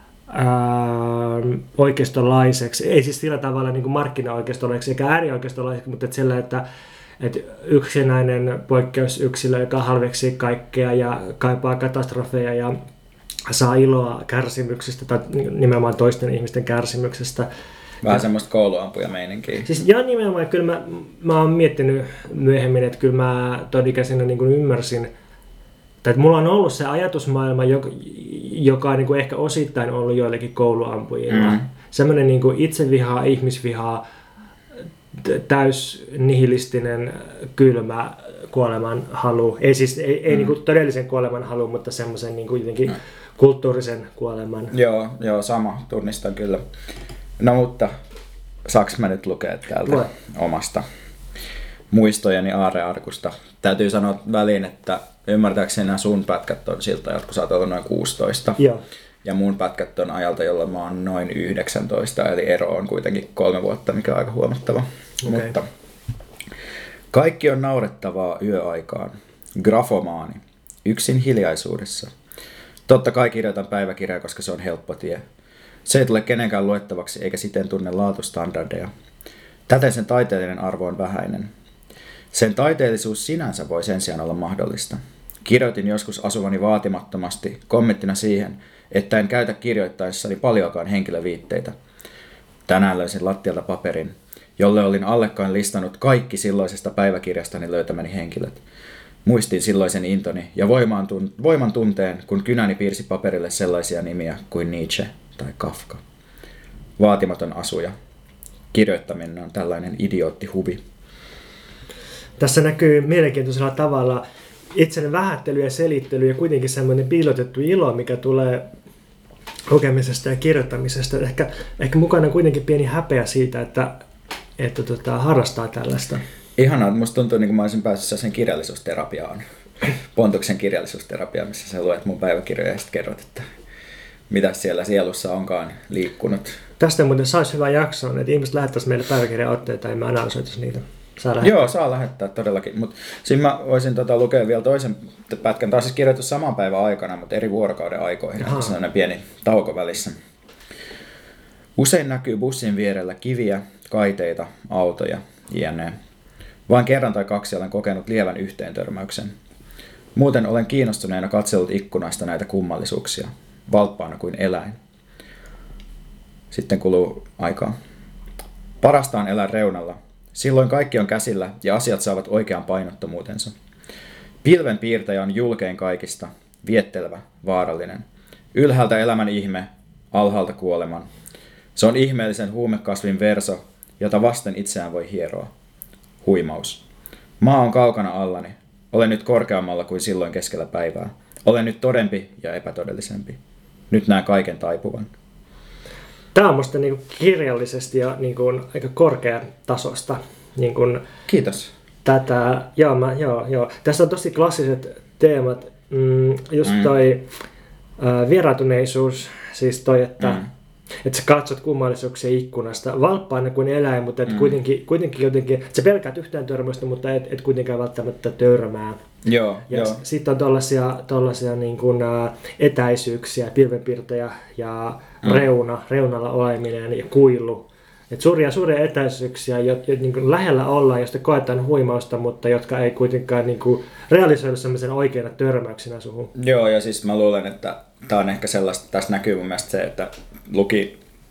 oikeistolaiseksi, ei siis sillä tavalla niin kuin markkinaoikeistolaiseksi eikä äärioikeistolaiseksi, mutta että yksinäinen poikkeusyksilö, joka halveksii kaikkea ja kaipaa katastrofeja ja saa iloa kärsimyksistä tai nimenomaan toisten ihmisten kärsimyksestä. Vähän semmoista kouluampuja meininkiä. Siis ja nimenomaan, kyllä mä oon miettinyt myöhemmin, että kyllä mä todikäisenä niin kuin ymmärsin, että mulla on ollut se ajatusmaailma, joka on niin kuin ehkä osittain ollut joillekin kouluampujilla. Semmoinen niin kuin itsevihaa, ihmisvihaa, täysnihilistinen, kylmä kuoleman halu. Ei siis ei niin kuin todellisen kuoleman halu, mutta semmoisen niin kuin jotenkin kulttuurisen kuoleman. Joo, sama. Tunnistan kyllä. No mutta, saaks mä nyt lukea täältä omasta muistojeni aarrearkusta? Täytyy sanoa väliin, että ymmärtääkseni nämä sun pätkät on siltä, kun sä oot ollut noin 16. Joo. Ja mun pätkät on ajalta, jolloin mä oon noin 19, eli ero on kuitenkin 3 vuotta, mikä on aika huomattava. Okay. Mutta kaikki on naurettavaa yöaikaan. Grafomaani. Yksin hiljaisuudessa. Totta kai kirjoitan päiväkirjaa, koska se on helppo tie. Se ei tule kenenkään luettavaksi eikä siten tunne laatustandardeja. Täten sen taiteellinen arvo on vähäinen. Sen taiteellisuus sinänsä voi sen sijaan olla mahdollista. Kirjoitin joskus asuvani vaatimattomasti kommenttina siihen, että en käytä kirjoittaessani paljonkaan henkilöviitteitä. Tänään löysin lattialta paperin, jolle olin allekkain listannut kaikki silloisesta päiväkirjastani löytämäni henkilöt. Muistin silloisen intoni ja voiman tunteen, kun kynäni piirsi paperille sellaisia nimiä kuin Nietzsche tai Kafka. Vaatimaton asuja. Kirjoittaminen on tällainen idioottihuvi. Tässä näkyy mielenkiintoisella tavalla itsenne vähättely ja selittely ja kuitenkin semmoinen piilotettu ilo, mikä tulee lukemisesta ja kirjoittamisesta. Ehkä mukana kuitenkin pieni häpeä siitä, että harrastaa tällaista. Ihanaa, että musta tuntuu, niin kuin mä olisin päässyt sen kirjallisuusterapiaan. Pontuksen kirjallisuusterapiaan, missä sä luet mun päiväkirjoja ja sitten kerrot, että mitä siellä sielussa onkaan liikkunut. Tästä muuten saisi hyvän jakson, että ihmiset lähettäisiin meille päiväkirjaotteita ja me analysoitaisiin niitä. Joo, saa lähettää todellakin. Mutta siinä mä voisin lukea vielä toisen pätkän. Taas siis kirjoitus saman päivän aikana, mutta eri vuorokauden aikoihin. Sellainen pieni tauko välissä. Usein näkyy bussin vierellä kiviä, kaiteita, autoja, jne. Vain kerran tai 2 olen kokenut lievän yhteentörmäyksen. Muuten olen kiinnostuneena katsellut ikkunasta näitä kummallisuuksia, valppaana kuin eläin. Sitten kuluu aikaa. Parasta on elää reunalla. Silloin kaikki on käsillä ja asiat saavat oikean painottomuutensa. Pilvenpiirtäjä on julkein kaikista, viettelevä, vaarallinen. Ylhäältä elämän ihme, alhaalta kuoleman. Se on ihmeellisen huumekasvin verso, jota vasten itseään voi hieroa. Huimaus. Maa on kaukana allani. Olen nyt korkeammalla kuin silloin keskellä päivää. Olen nyt todempi ja epätodellisempi. Nyt näen kaiken taipuvan. Tämä on musta niinku kirjallisesti ja niinku aika korkeatasosta. Niinku Kiitos. Joo. Tässä on tosi klassiset teemat. Just toi vieraantuneisuus, siis toi, että sä katsot kummallisuuksia ikkunasta, valppaana kuin eläin, mutta et kuitenkin jotenkin, sä pelkäät yhtään törmäystä, mutta et kuitenkaan välttämättä törmää. Joo. Sitten on tollaisia niin kuin, etäisyyksiä, pilvenpiirtäjä ja reunalla oleminen ja kuilu. Et suuria etäisyyksiä, niin kuin lähellä ollaan, josta koetaan huimausta, mutta jotka ei kuitenkaan niin kuin realisoidu sellaisen oikeana törmäyksenä suhun. Joo, ja siis mä luulen, että tää on ehkä sellaista, tässä näkyy mun mielestä se, että luki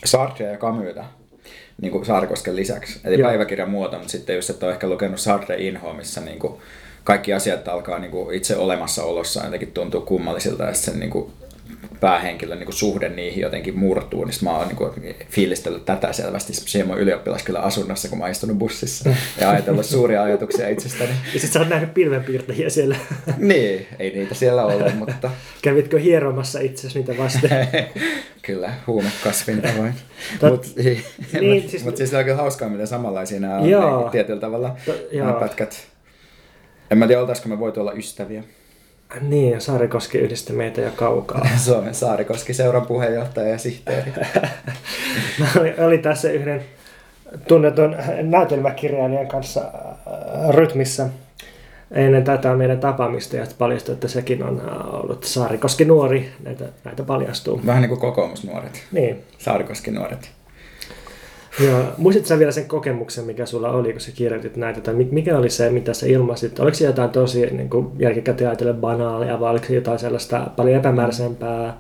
Sartrea ja Camusta niin kuin Saarikosken lisäksi. Eli päiväkirjan muoto, mutta sitten just, että on ehkä lukenut Sartre Inhoa, missä niin kuin kaikki asiat alkaa niin kuin itse olemassaolossa jotenkin tuntuu kummallisilta ja sen niin kuin päähenkilön niin kuin suhde niihin jotenkin murtuu, niin mä oon niin fiilistellyt tätä selvästi siihen mun ylioppilaskylän asunnossa, kun mä oon istunut bussissa ja ajatellut suuria ajatuksia itsestäni. Ja sit sä oot nähnyt pilvenpiirtäjiä siellä. Niin, ei niitä siellä ollut, mutta... Kävitkö hieromassa itsesi niitä vasten? Kyllä, huumekasvin tavoin. Mutta siis on kyllä hauskaa, miten samanlaisia nämä on niin tietyllä tavalla nämä pätkät. En mä tiedä, oltaisiko me voitu olla ystäviä. Niin, Saarikoski yhdisti meitä jo kaukaa. Suomen Saarikoski-seuran puheenjohtaja ja sihteeri. Oli tässä yhden tunnetun näytelmäkirjailijan kanssa rytmissä ennen tätä meidän tapaamista ja paljastui, että sekin on ollut Saarikoski nuori. Näitä paljastuu. Vähän niin kuin kokoomusnuoret. Niin. Saarikoski nuoret. Joo. Muistatko sä vielä sen kokemuksen, mikä sulla oli, kun sä kirjoitit näitä? Tai mikä oli se, mitä sä ilmaisit? Oliko se jotain tosi niin kuin jälkikäteen ajatellen banaalia vai oliko se jotain sellaista paljon epämääräisempää?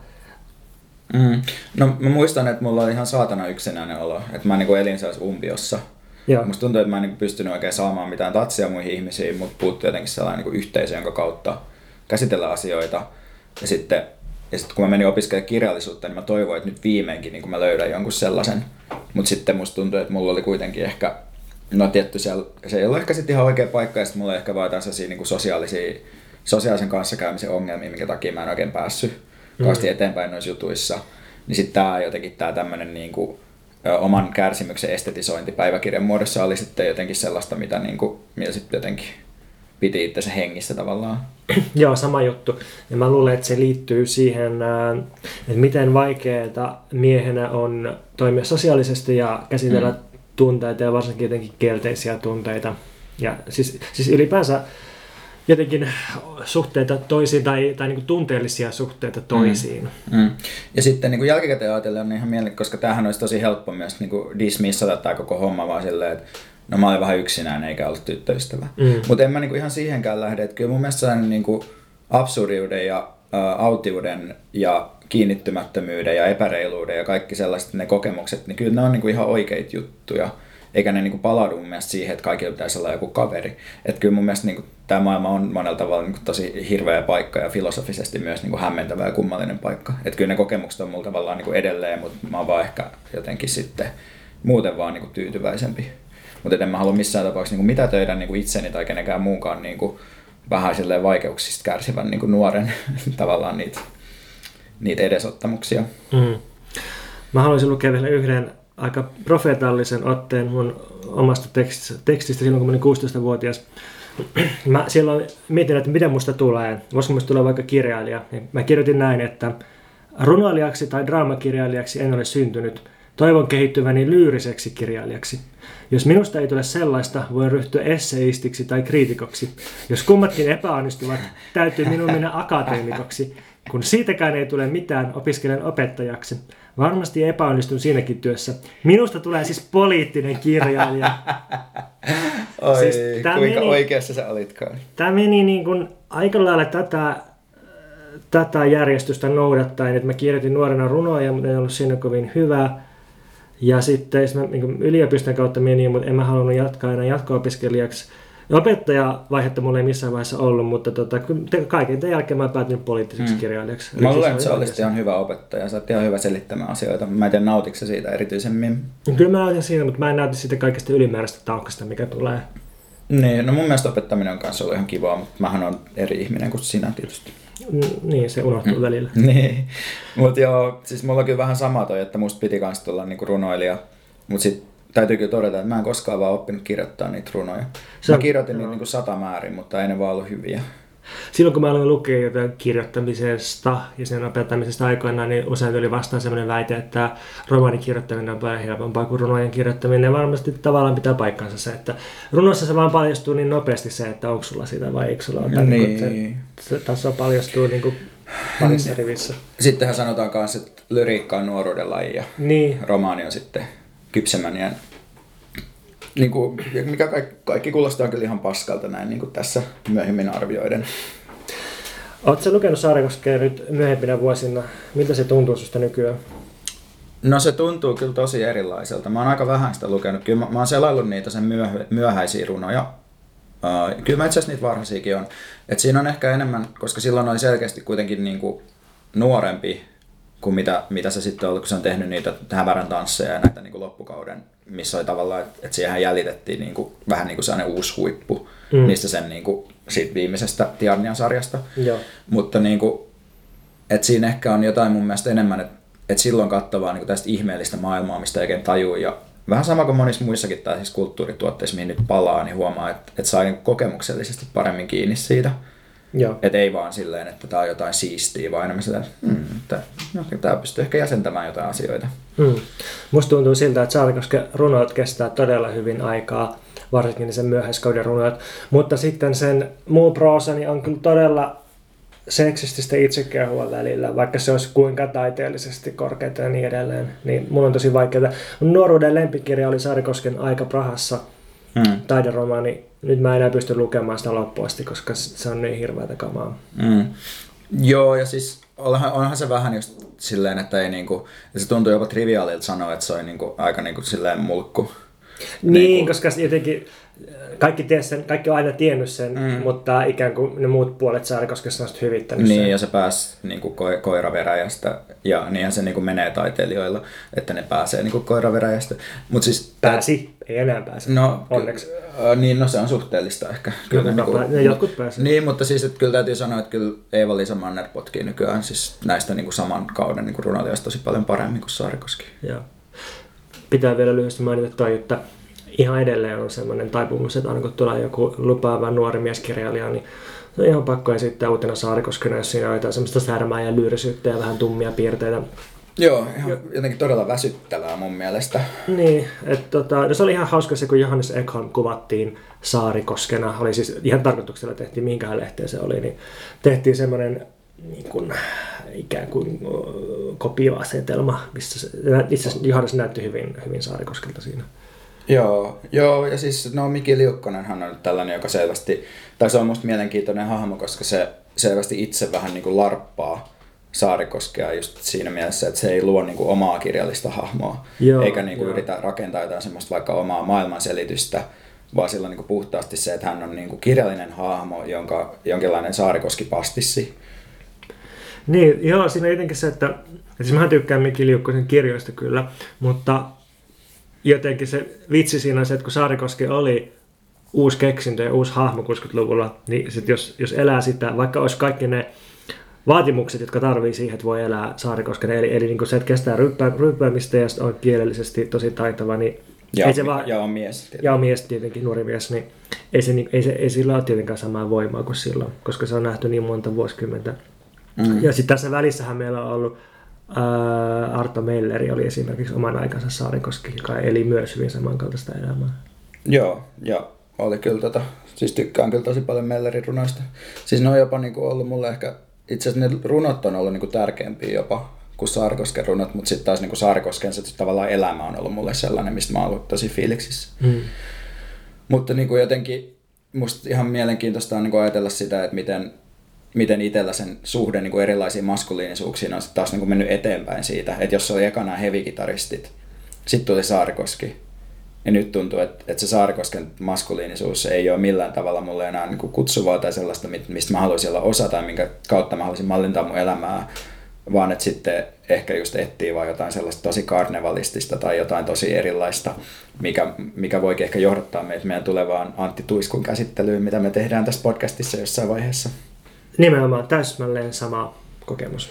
No mä muistan, että mulla oli ihan saatana yksinäinen olo. Että mä niin elin sellaisessa umpiossa. Joo. Musta tuntuu, että mä en niin pystynyt oikein saamaan mitään tatsia muihin ihmisiin, mutta puuttui jotenkin sellainen niin yhteisö, jonka kautta käsitellä asioita. Ja sitten kun mä menin opiskelemaan kirjallisuutta, niin mä toivoin, että nyt viimeinkin niin mä löydän jonkun sellaisen. Mutta sitten musta tuntui, että mulla oli kuitenkin ehkä, no tietty se ei ollut ehkä sitten ihan oikea paikka, ja sitten mulla oli ehkä vaan tällaisia niin sosiaalisen kanssakäymisen ongelmia, minkä takia mä en oikein päässyt kauheasti eteenpäin noissa jutuissa. Niin sitten tää tämmönen niin kuin oman kärsimyksen estetisointi päiväkirjan muodossa oli sitten jotenkin sellaista, mitä sitten jotenkin piti itse hengissä tavallaan. Joo, sama juttu. Ja mä luulen, että se liittyy siihen, että miten vaikeaa miehenä on toimia sosiaalisesti ja käsitellä tunteita ja varsinkin jotenkin kielteisiä tunteita. Ja siis ylipäänsä jotenkin suhteita toisiin tai niin kuin tunteellisia suhteita toisiin. Ja sitten niin kuin jälkikäteen ajatellen on ihan mielenkiintoista, koska tämähän olisi tosi helppo myös niin kuin dismissata tämä koko homma vaan silleen, että no mä olin vähän yksinäinen eikä ollut tyttöystävä. Mutta en mä niinku ihan siihenkään lähde. Että kyllä mun mielestä sellainen niinku absurdiuden ja autiuden ja kiinnittymättömyyden ja epäreiluuden ja kaikki sellaiset ne kokemukset, niin kyllä ne on niinku ihan oikeita juttuja. Eikä ne niinku palaudu mun mielestä siihen, että kaikilla pitäisi olla joku kaveri. Että kyllä mun mielestä niinku, tämä maailma on monella tavalla niinku tosi hirveä paikka ja filosofisesti myös niinku hämmentävä ja kummallinen paikka. Että kyllä ne kokemukset on mulla tavallaan niinku edelleen, mutta mä oon vaan ehkä jotenkin sitten muuten vaan niinku tyytyväisempi. Mutta en mä halua missään tapauksessa niin mitätöidä niin itseni tai kenenkään muunkaan niin vähän vaikeuksista kärsivän niin nuoren tavallaan niitä edesottamuksia. Mä haluaisin lukea vielä yhden aika profeetallisen otteen mun omasta tekstistä silloin, kun mä olin 16-vuotias. Mä silloin mietin, että mitä musta tulee. Voisiko musta tulla vaikka kirjailija. Mä kirjoitin näin, että runoilijaksi tai draamakirjailijaksi en ole syntynyt. Toivon kehittyväni lyyriseksi kirjailijaksi. Jos minusta ei tule sellaista, voin ryhtyä esseistiksi tai kriitikoksi. Jos kummatkin epäonnistuvat, täytyy minun mennä akateemikoksi. Kun siitäkään ei tule mitään, opiskelen opettajaksi. Varmasti epäonnistun siinäkin työssä. Minusta tulee siis poliittinen kirjailija. Oi, siis kuinka oikeassa sä olitkaan? Tämä meni niin kuin aika lailla tätä järjestystä noudattaen, että mä kirjoitin nuorena runoja, mutta en ollut siinä kovin hyvä. Ja sitten mä niin yliopiston kautta menin, mutta en mä halunnut jatkaa enää jatko-opiskelijaksi. Opettajavaihetta mulla ei missään vaiheessa ollut, mutta kaiken tämän jälkeen mä päätin poliittiseksi kirjailijaksi. Mä luulen, että sä olisit ihan hyvä opettaja. Sä oot ihan hyvä selittämään asioita. Mä en tiedä, nautitko sä siitä erityisemmin? Kyllä mä nautin siitä, mutta mä en nauti siitä kaikesta ylimääräistä taukasta, mikä tulee. Niin, no mun mielestä opettaminen on kanssa ollut ihan kivaa, mutta mähän on eri ihminen kuin sinä tietysti. Niin, se unohtuu välillä. Niin, mutta joo, siis mulla on kyllä vähän sama toi, että musta piti kans tulla niinku runoilija, mutta sit täytyy kyllä todeta, että mä en koskaan vaan oppinut kirjoittaa niitä runoja. Mä kirjoitin niitä niinku 100 määrin, mutta ei ne vaan ollut hyviä. Silloin kun mä aloin lukea jotain kirjoittamisesta ja sen opettamisesta aikoinaan, niin usein tuli vastaan sellainen väite, että romaanin kirjoittaminen on paljon helpompaa kuin runojen kirjoittaminen. Ja varmasti tavallaan pitää paikkansa se, että runossa se vaan paljastuu niin nopeasti se, että onko sulla sitä vai eikö sulla ole. Niin. Se taso paljastuu niin kuin parissa rivissä. Sittenhän sanotaan myös, että lyriikka on nuoruuden laji ja romaani on sitten kypsemän. Niin kuin, mikä kaikki kuulostaa kyllä ihan paskalta näin niin kuin tässä myöhemmin arvioiden. Oletko lukenut Saarikoskea nyt myöhempinä vuosina? Miltä se tuntuu susta nykyään? No se tuntuu kyllä tosi erilaiselta. Mä oon aika vähän sitä lukenut. Kyllä mä oon selaillut niitä sen myöhäisiä runoja. Kyllä mä itse asiassa niitä varhaisiakin on. Et siinä on ehkä enemmän, koska silloin oli selkeästi kuitenkin niinku nuorempi kuin mitä se sitten on ollut, kun se on tehnyt niitä hämärän tansseja ja näitä niinku loppukauden, missä oli tavallaan, että siihen jäljitettiin niinku, vähän niin kuin sellainen uusi huippu niistä sen niinku, siitä viimeisestä Tiarnian sarjasta. Joo. Mutta niinku, et siinä ehkä on jotain mun mielestä enemmän, että silloin katsovaa niinku tästä ihmeellistä maailmaa, mistä ei oikein tajuu. Ja vähän sama kuin monissa muissakin tällaisissa kulttuurituotteissa, mihin nyt palaa, niin huomaa, että saa niinku kokemuksellisesti paremmin kiinni siitä. Että ei vaan silleen, että tämä on jotain siistiä, vaan enemmän silleen, että tämä pystyy ehkä jäsentämään jotain asioita. Musta tuntuu siltä, että Saarikosken runot kestää todella hyvin aikaa, varsinkin sen myöhäiskauden runot. Mutta sitten sen muu proosani on kyllä todella seksististä itsekehua välillä, vaikka se olisi kuinka taiteellisesti korkeata ja niin edelleen. Niin mulla on tosi vaikeaa. Mun nuoruuden lempikirja oli Saarikosken Aika Prahassa, taideromaani. Nyt mä en enää pysty lukemaan sitä loppuun asti, koska se on niin hirveätä kamaa. Joo, ja siis onhan se vähän just silleen, että ei niinku, se tuntuu jopa triviaalilta sanoa, että se on niinku, aika niinku silleen mulkku. Niin, koska jotenkin kaikki on aina tiennyt sen, mutta ikään kuin ne muut puolet Saarikoskessa on sitten hyvittänyt niin, sen. Ja se pääsi niinku koiraveräjästä, ja niinhän se niinku menee taiteilijoilla, että ne pääsee niinku koiraveräjästä. Mut siis ei enää pääse, onneksi. Niin, no se on suhteellista ehkä. Kyllä, jotkut pääsee. Niin, mutta siis että kyllä täytyy sanoa, että kyllä Eeva-Liisa Manner potkii nykyään siis näistä niinku saman kauden niinku runoilijoista tosi paljon paremmin kuin Saarikoski. Joo. Pitää vielä lyhyesti mainita toi, että ihan edelleen on semmoinen taipumus, että aina kun tulee joku lupaava nuori mieskirjailija, niin se on ihan pakko esittää uutena Saarikoskena, jos siinä on jotain semmoista särmää ja lyyrisyyttä ja vähän tummia piirteitä. Joo, ihan jotenkin todella väsyttävää mun mielestä. Niin, että no se oli ihan hauska se, kun Johannes Ekholm kuvattiin Saarikoskena, oli siis ihan tarkoituksella tehtiin, mihinkään lehteen se oli, niin tehtiin semmoinen niin kuin, ikään kuin kopioasetelma, missä itse asiassa Johannes näytti hyvin Saarikoskelta siinä. Joo, ja siis Miki Liukkonenhan on tällainen, joka selvästi, tai se on musta mielenkiintoinen hahmo, koska se selvästi itse vähän niin kuin larppaa Saarikoskea just siinä mielessä, että se ei luo niin kuin omaa kirjallista hahmoa, eikä niin kuin yritä rakentaa jotain semmoista vaikka omaa maailmanselitystä, vaan sillä on niin kuin puhtaasti se, että hän on niin kuin kirjallinen hahmo, jonkinlainen Saarikoski-pastissi. Niin, joo, siinä on jotenkin se, että siis mähän tykkään Miki Liukkosen kirjoista kyllä, mutta jotenkin se vitsi siinä on se, että kun Saarikoski oli uusi keksintö ja uusi hahmo 60-luvulla, niin sit jos elää sitä, vaikka olisi kaikki ne vaatimukset, jotka tarvii siihen, että voi elää Saarikosken, eli niin se, että kestää ryppäämistä ja on kielellisesti tosi taitava, niin ja on mies. Tietenkin. Ja on mies tietenkin, nuori mies, niin ei sillä ole tietenkään samaa voimaa kuin silloin, koska se on nähty niin monta vuosikymmentä. Ja sitten tässä välissähän meillä on ollut Arto Melleri oli esimerkiksi oman aikansa Saarikoski, joka eli myös hyvin samankaltaista elämää. Joo, ja oli kyllä siis tykkään kyllä tosi paljon Mellerin runoista. Siis ne on jopa niinku ollut mulle ehkä, itse asiassa ne runot on ollut niinku tärkeämpiä jopa kuin Saarikosken runot, mutta sitten taas niinku Saarikosken se tavallaan elämä on ollut mulle sellainen, mistä mä oon ollut tosi fiiliksissä. Mutta niinku jotenkin musta ihan mielenkiintoista on niinku ajatella sitä, että miten itsellä sen suhde niin kuin erilaisiin maskuliinisuuksiin on taas niin kuin mennyt eteenpäin siitä, että jos oli ekana heavy-kitaristit, sitten tuli Saarikoski, ja nyt tuntuu, että se Saarikosken maskuliinisuus ei ole millään tavalla mulle enää niin kuin kutsuvaa tai sellaista, mistä mä haluaisin olla osa tai minkä kautta mä haluaisin mallintaa mun elämää, vaan että sitten ehkä just etsii vaan jotain sellaista tosi karnevalistista tai jotain tosi erilaista, mikä voikin ehkä johdattaa meidän tulevaan Antti Tuiskun käsittelyyn, mitä me tehdään tässä podcastissa jossain vaiheessa. Nimenomaan täsmälleen sama kokemus.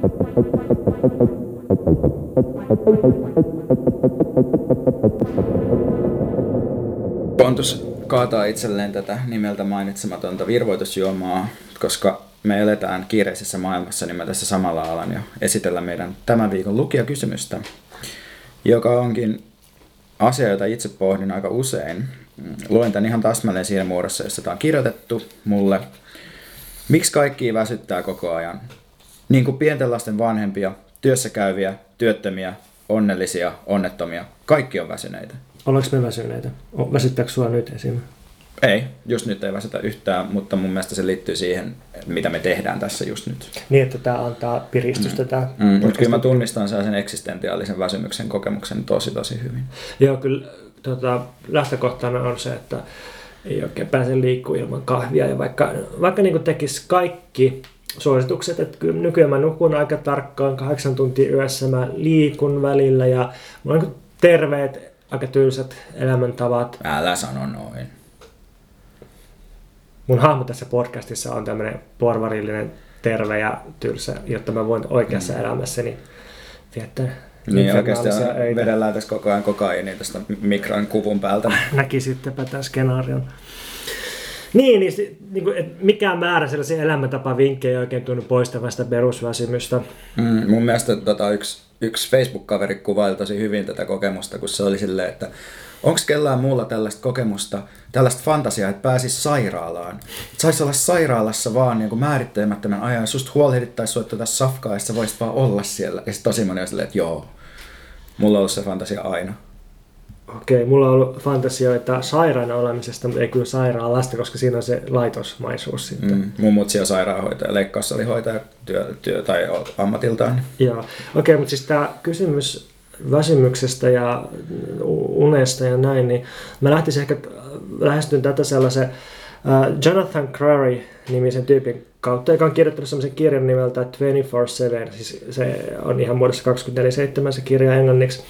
Pontus kaataa itselleen tätä nimeltä mainitsematonta virvoitusjuomaa, koska me eletään kiireisessä maailmassa, niin mä tässä samalla alan jo esitellä meidän tämän viikon lukijakysymystä, joka onkin asia, jota itse pohdin aika usein. Luen tämän ihan täsmälleen siinä muodossa, jossa tämä on kirjoitettu mulle. Miksi kaikki väsyttää koko ajan? Niin kuin pienten lasten vanhempia, työssä käyviä, työttömiä, onnellisia, onnettomia. Kaikki on väsyneitä. Ollaanko me väsyneitä? Väsyttääkö sua nyt esim? Ei, just nyt ei väsytä yhtään, mutta mun mielestä se liittyy siihen, mitä me tehdään tässä just nyt. Niin, että tämä antaa piristystä. Mutta kyllä mä tunnistan sen eksistentiaalisen väsymyksen kokemuksen tosi hyvin. Joo, kyllä lähtökohtana on se, että ei oikein pääse liikkua ilman kahvia. Ja vaikka niin tekisi kaikki suositukset, että kyllä nykyään mä nukun aika tarkkaan 8 tuntia yössä, mä liikun välillä ja mulla on niin terveet, aika tylsät elämäntavat. Älä sano noin. Mun hahmo tässä podcastissa on tämmöinen porvarillinen, terve ja tylsä, jotta mä voin oikeassa elämässäni viettää niin oikeasti vedellään tässä koko ajan kokainia tästä mikron kuvun päältä. Näkisittepä tämän skenaarion. Niin mikään määrä sellaisia elämäntapa-vinkkejä ei oikein tunnu poistavasta perusväsymystä. Mun mielestä yksi Facebook-kaveri kuvaili tosi hyvin tätä kokemusta, kun se oli silleen, että onko kellään muulla tällaista kokemusta, tällaista fantasiaa, että pääsisi sairaalaan? Että saisi olla sairaalassa vaan niin kuin määrittelemättömän ajan, susta huolehdittaisi sua tuota safkaa, ja sä voisit vaan olla siellä. Ja sitten tosi moni on silleen, että joo, mulla on ollut se fantasia aina. Okei, mulla on ollut fantasioita sairaana olemisesta, mutta ei kyllä sairaalasta, koska siinä on se laitosmaisuus sitten. Mun mutsi on sairaanhoitaja, leikkaussalihoitaja tai ammatiltaan. Joo, okei, mutta siis tämä kysymys väsymyksestä ja unesta ja näin, niin mä lähtisin ehkä lähestyn tätä sellaisen Jonathan Crary-nimisen tyypin kautta, joka on kirjoittanut sellaisen kirjan nimeltä 24/7, siis se on ihan muodossa 24/7 se kirja englanniksi.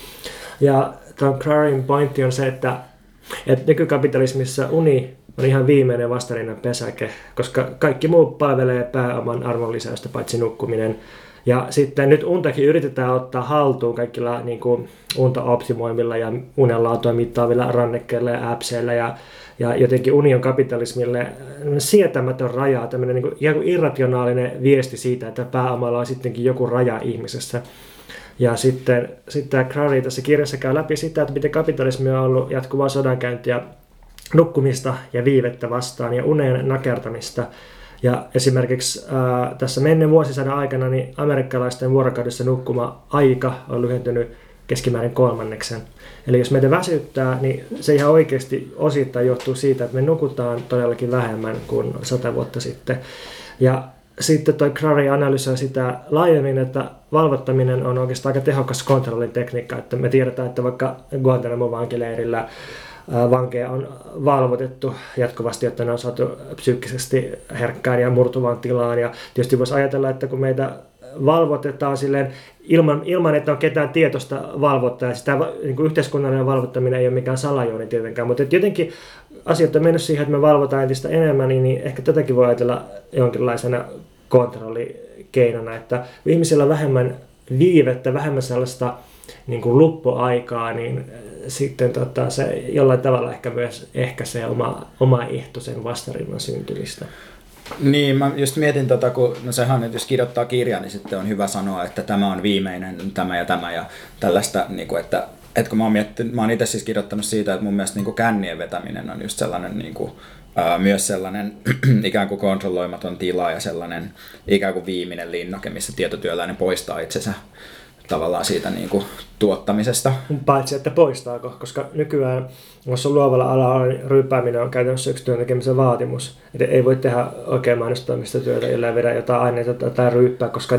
Ja tämän Craryn pointti on se, että nykykapitalismissa uni on ihan viimeinen vastarinnan pesäke, koska kaikki muu palvelee pääoman arvonlisäystä paitsi nukkuminen. Ja sitten nyt untakin yritetään ottaa haltuun kaikilla niin kuin unta optimoimilla ja unenlaatua mittaavilla rannekkeilla ja appseilla ja jotenkin uni on kapitalismille sietämätön raja, tämmöinen niin kuin irrationaalinen viesti siitä, että pääomalla on sittenkin joku raja ihmisessä. Ja sitten tämä Crary tässä kirjassa käy läpi sitä, että miten kapitalismi on ollut jatkuvaa sodankäyntiä nukkumista ja viivettä vastaan ja uneen nakertamista. Ja esimerkiksi tässä menneen vuosisadan aikana niin amerikkalaisten vuorokaudessa nukkuma aika on lyhentynyt keskimäärin 1/3. Eli jos meitä väsyttää, niin se ihan oikeasti osittain johtuu siitä, että me nukutaan todellakin vähemmän kuin 100 vuotta sitten. Ja sitten toi Crary analysoi sitä laajemmin, että valvottaminen on oikeastaan aika tehokas kontrollin tekniikka. Että me tiedetään, että vaikka Guantanamo-vankileirillä vankeja on valvotettu jatkuvasti, jotta ne on saatu psyykkisesti herkkään ja murtuvaan tilaan. Ja tietysti voisi ajatella, että kun meitä valvotetaan silleen ilman, että on ketään tietoista valvottaa, sitä niin kuin yhteiskunnallinen valvottaminen ei ole mikään salajuoni tietenkään, mutta jotenkin asiat on mennyt siihen, että me valvotaan entistä enemmän, niin ehkä tätäkin voi ajatella jonkinlaisena kontrollikeinona, että ihmisillä on vähemmän viivettä, vähemmän sellaista niin kuin luppoaikaa, niin sitten se jollain tavalla ehkä myös ehkäisee omaehtoisen vastarinnan syntymistä. Niin, mä just mietin kun sehän nyt jos kirjoittaa kirjaa, niin sitten on hyvä sanoa, että tämä on viimeinen, tämä ja tällaista, niin kuin, että kun mä oon itse siis kirjoittanut siitä, että mun mielestä niin kuin kännien vetäminen on just sellainen niin kuin, myös sellainen ikään kuin kontrolloimaton tila ja sellainen ikään kuin viimeinen linnake, missä tietotyöläinen poistaa itsensä tavallaan siitä niin kuin tuottamisesta. Paitsi, että poistaako, koska nykyään jos on luovalla alalla, niin ryyppääminen on käytännössä yksi työn tekemisen vaatimus. Et ei voi tehdä oikein mainostoimista työtä, jolla vedä jotain aineita tai ryyppää, koska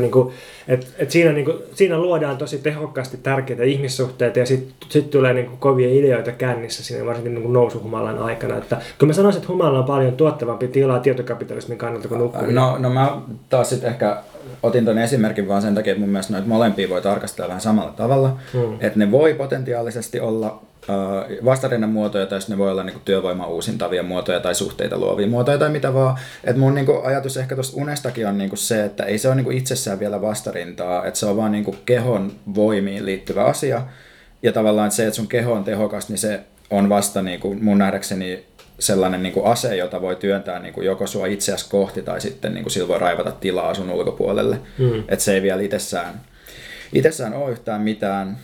siinä luodaan tosi tehokkaasti tärkeitä ihmissuhteita ja sitten tulee kovia ideoita kännissä siinä, varsinkin nousuhumalan aikana. Että, kyllä mä sanoisin, että humalalla on paljon tuottavampi tilaa tietokapitalismin kannalta kuin nukkuminen. No mä taas sitten ehkä otin ton esimerkin vaan sen takia, että mun mielestä noita molempia voi tarkastella vähän samalla tavalla, että ne voi potentiaalisesti olla vastarinnan muotoja, tai ne voi olla niinku työvoiman uusintavia muotoja tai suhteita luovia muotoja tai mitä vaan. Et mun niinku ajatus ehkä tuosta unestakin on niinku se, että ei se ole niinku itsessään vielä vastarintaa, että se on vaan niinku kehon voimiin liittyvä asia. Ja tavallaan se, että sun keho on tehokas, niin se on vasta niinku mun nähdäkseni sellainen niinku ase, jota voi työntää niinku joko sua itseäsi kohti tai sitten niinku sillä voi raivata tilaa sun ulkopuolelle. Että se ei vielä itsessään ole yhtään mitään.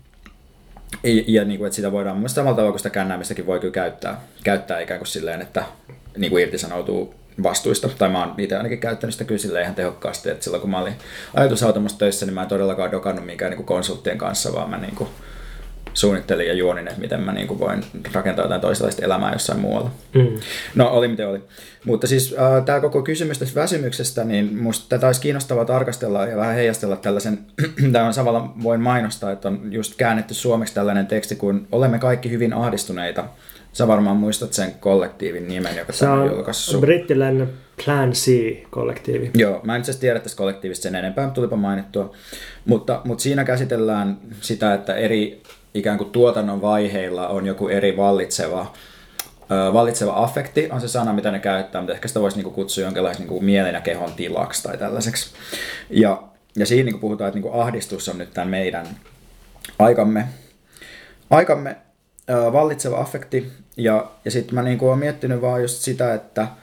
Ja niin kuin, että sitä voidaan mun mielestä samalla tavalla kuin sitä kännäämistäkin voi kyllä käyttää ikään kuin silleen, että niin kuin irtisanoutuu vastuista. Tai mä oon itse ainakin käyttänyt sitä kyllä silleen ihan tehokkaasti, että silloin kun mä olin ajatushautomassa töissä, niin mä en todellakaan dokannut minkään niin kuin konsulttien kanssa, vaan mä niin kuin suunnittelin ja juonin, että miten mä niin kuin voin rakentaa jotain toisenlaista elämää jossain muualla. No oli miten oli. Mutta siis tämä koko kysymys tästä väsymyksestä, niin musta tätä olisi kiinnostavaa tarkastella ja vähän heijastella tällaisen, tämän samalla voin mainostaa, että on just käännetty suomeksi tällainen teksti kuin Olemme kaikki hyvin ahdistuneita. Sä varmaan muistat sen kollektiivin nimen, joka tämä on julkaissut. Se on brittiläinen Plan C-kollektiivi. Joo, mä en itse asiassa tiedä tästä kollektiivista sen enempää, tulipa mainittua. Mutta siinä käsitellään sitä, että eri ikään kuin tuotannon vaiheilla on joku eri vallitseva affekti, on se sana, mitä ne käyttää, mutta ehkä sitä voisi niinku kutsua jonkinlaisen niinku mielen ja kehon tilaksi tai tällaiseksi. Ja siinä niinku puhutaan, että niinku ahdistus on nyt tämän meidän aikamme vallitseva affekti. Ja sitten mä niinku oon miettinyt vaan just sitä,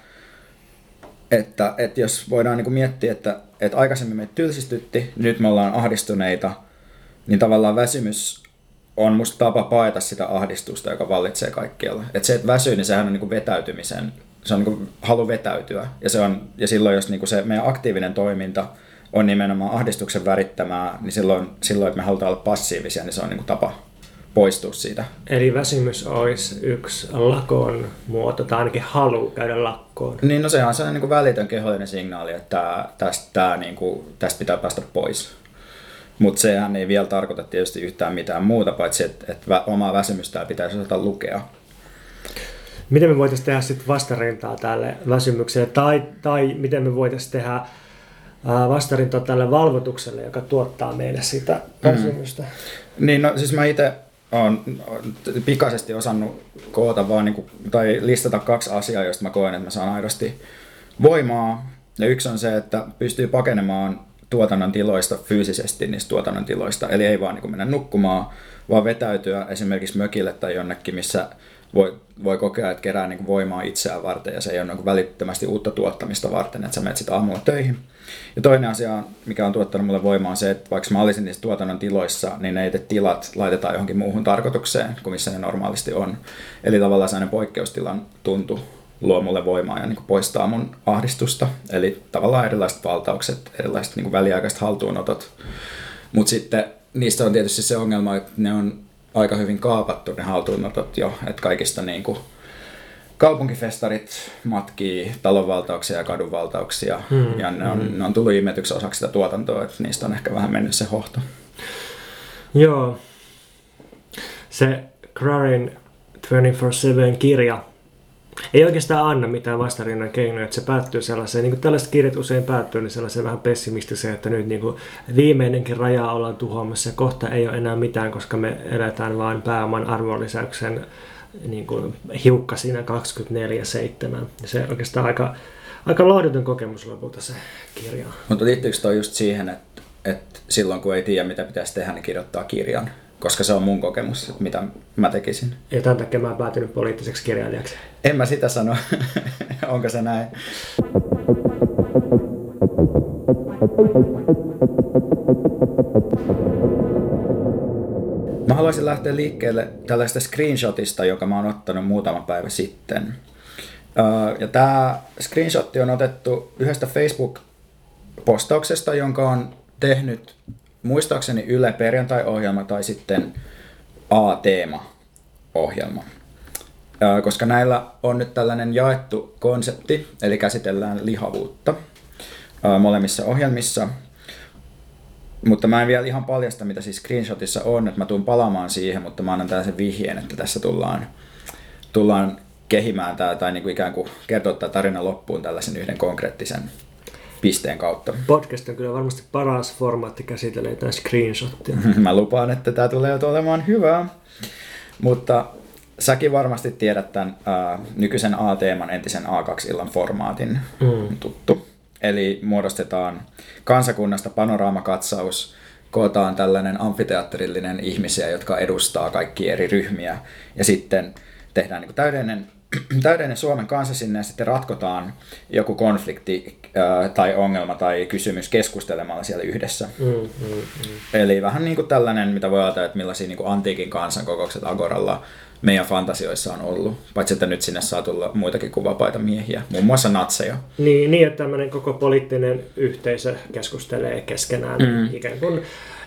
että jos voidaan niinku miettiä, että aikaisemmin meitä tylsistytti, nyt me ollaan ahdistuneita, niin tavallaan väsymys on musta tapa paeta sitä ahdistusta, joka vallitsee kaikkialla. Että se, että väsyy, niin sehän on niinku vetäytymisen, se on niinku halu vetäytyä. Ja silloin, jos niinku se meidän aktiivinen toiminta on nimenomaan ahdistuksen värittämää, niin silloin että me halutaan olla passiivisia, niin se on niinku tapa poistua siitä. Eli väsymys olisi yksi lakon muoto, tai ainakin halu käydä lakkoon. Niin, no sehän on sellainen niinku välitön kehollinen signaali, että tästä pitää päästä pois. Mutta sehän ei vielä tarkoita tietysti yhtään mitään muuta, paitsi että omaa väsymystään pitäisi osata lukea. Miten me voitaisiin tehdä sitten vastarintaa tälle väsymykselle, tai miten me voitaisiin tehdä vastarintaa tälle valvotukselle, joka tuottaa meille sitä väsymystä? Niin, no siis mä itse olen pikaisesti osannut koota vaan tai listata 2 asiaa, joista mä koen, että mä saan aidosti voimaa. Ja yksi on se, että pystyy pakenemaan tuotannon tiloista fyysisesti niistä tuotannon tiloista. Eli ei vaan mennä nukkumaan, vaan vetäytyä esimerkiksi mökille tai jonnekin, missä voi kokea, että kerää voimaa itseään varten ja se ei ole välittömästi uutta tuottamista varten, että sä menet sitten aamulla töihin. Ja toinen asia, mikä on tuottanut mulle voimaa, on se, että vaikka mä olisin niissä tuotannon tiloissa, niin ne tilat laitetaan johonkin muuhun tarkoitukseen kuin missä ne normaalisti on. Eli tavallaan sellainen poikkeustilan tuntu luo mulle voimaa ja poistaa mun ahdistusta. Eli tavallaan erilaiset valtaukset, erilaiset väliaikaiset haltuunotot. Mutta sitten niistä on tietysti se ongelma, että ne on aika hyvin kaapattu ne haltuunotot jo, että kaikista kaupunkifestarit matkii talonvaltauksia ja kadunvaltauksia ja ne on tullut imetyksi osaksi sitä tuotantoa, että niistä on ehkä vähän mennyt se hohto. Joo, se Crarin 24/7 kirja ei oikeastaan anna mitään vastarinnan keinoja, että se päättyy sellaiseen, niin kuin tällaiset kirjat usein päättyy, niin sellaiseen vähän pessimistiseen, että nyt niin kuin viimeinenkin raja ollaan tuhoamassa ja kohta ei ole enää mitään, koska me eletään vain pääoman arvonlisäyksen niin kuin hiukkasina 24/7. Se on oikeastaan aika lohduton kokemus lopulta se kirja. Mutta liittyykö toi just siihen, että silloin kun ei tiedä mitä pitäisi tehdä, niin kirjoittaa kirjan? Koska se on mun kokemus, että mitä mä tekisin. Ja tämän takia mä oon päätynyt poliittiseksi kirjailijaksi. En mä sitä sano. Onko se näin? Mä haluaisin lähteä liikkeelle tällaista screenshotista, joka mä oon ottanut muutama päivä sitten. Ja tää screenshot on otettu yhdestä Facebook-postauksesta, jonka on tehnyt muistaakseni Yle perjantai-ohjelma tai sitten A-teema-ohjelma. Koska näillä on nyt tällainen jaettu konsepti, eli käsitellään lihavuutta molemmissa ohjelmissa. Mutta mä en vielä ihan paljasta, mitä siis screenshotissa on, että mä tuun palaamaan siihen, mutta mä annan tällaisen vihjeen, että tässä tullaan kehimään tää, tai niin kuin ikään kuin kertoa tämä tarina loppuun tällaisen yhden konkreettisen pisteen kautta. Podcast on kyllä varmasti paras formaatti käsitellä jotain screenshottia. Mä lupaan, että tää tulee olemaan hyvää. Mutta säkin varmasti tiedät tämän nykyisen A-teeman entisen A2-illan formaatin tuttu. Eli muodostetaan kansakunnasta panoraamakatsaus, kootaan tällainen amfiteatterillinen ihmisiä, jotka edustaa kaikkia eri ryhmiä, ja sitten tehdään niin kuin täydellinen Suomen kansa sinne, ja sitten ratkotaan joku konflikti tai ongelma tai kysymys keskustelemalla siellä yhdessä. Eli vähän niin kuin tällainen, mitä voi ajatella, että millaisia niin kuin antiikin kansankokoukset Agoralla meidän fantasioissa on ollut, paitsi että nyt sinne saa tulla muitakin kuin vapaita miehiä, muun muassa natseja. Niin että tämmöinen koko poliittinen yhteisö keskustelee keskenään ikään kuin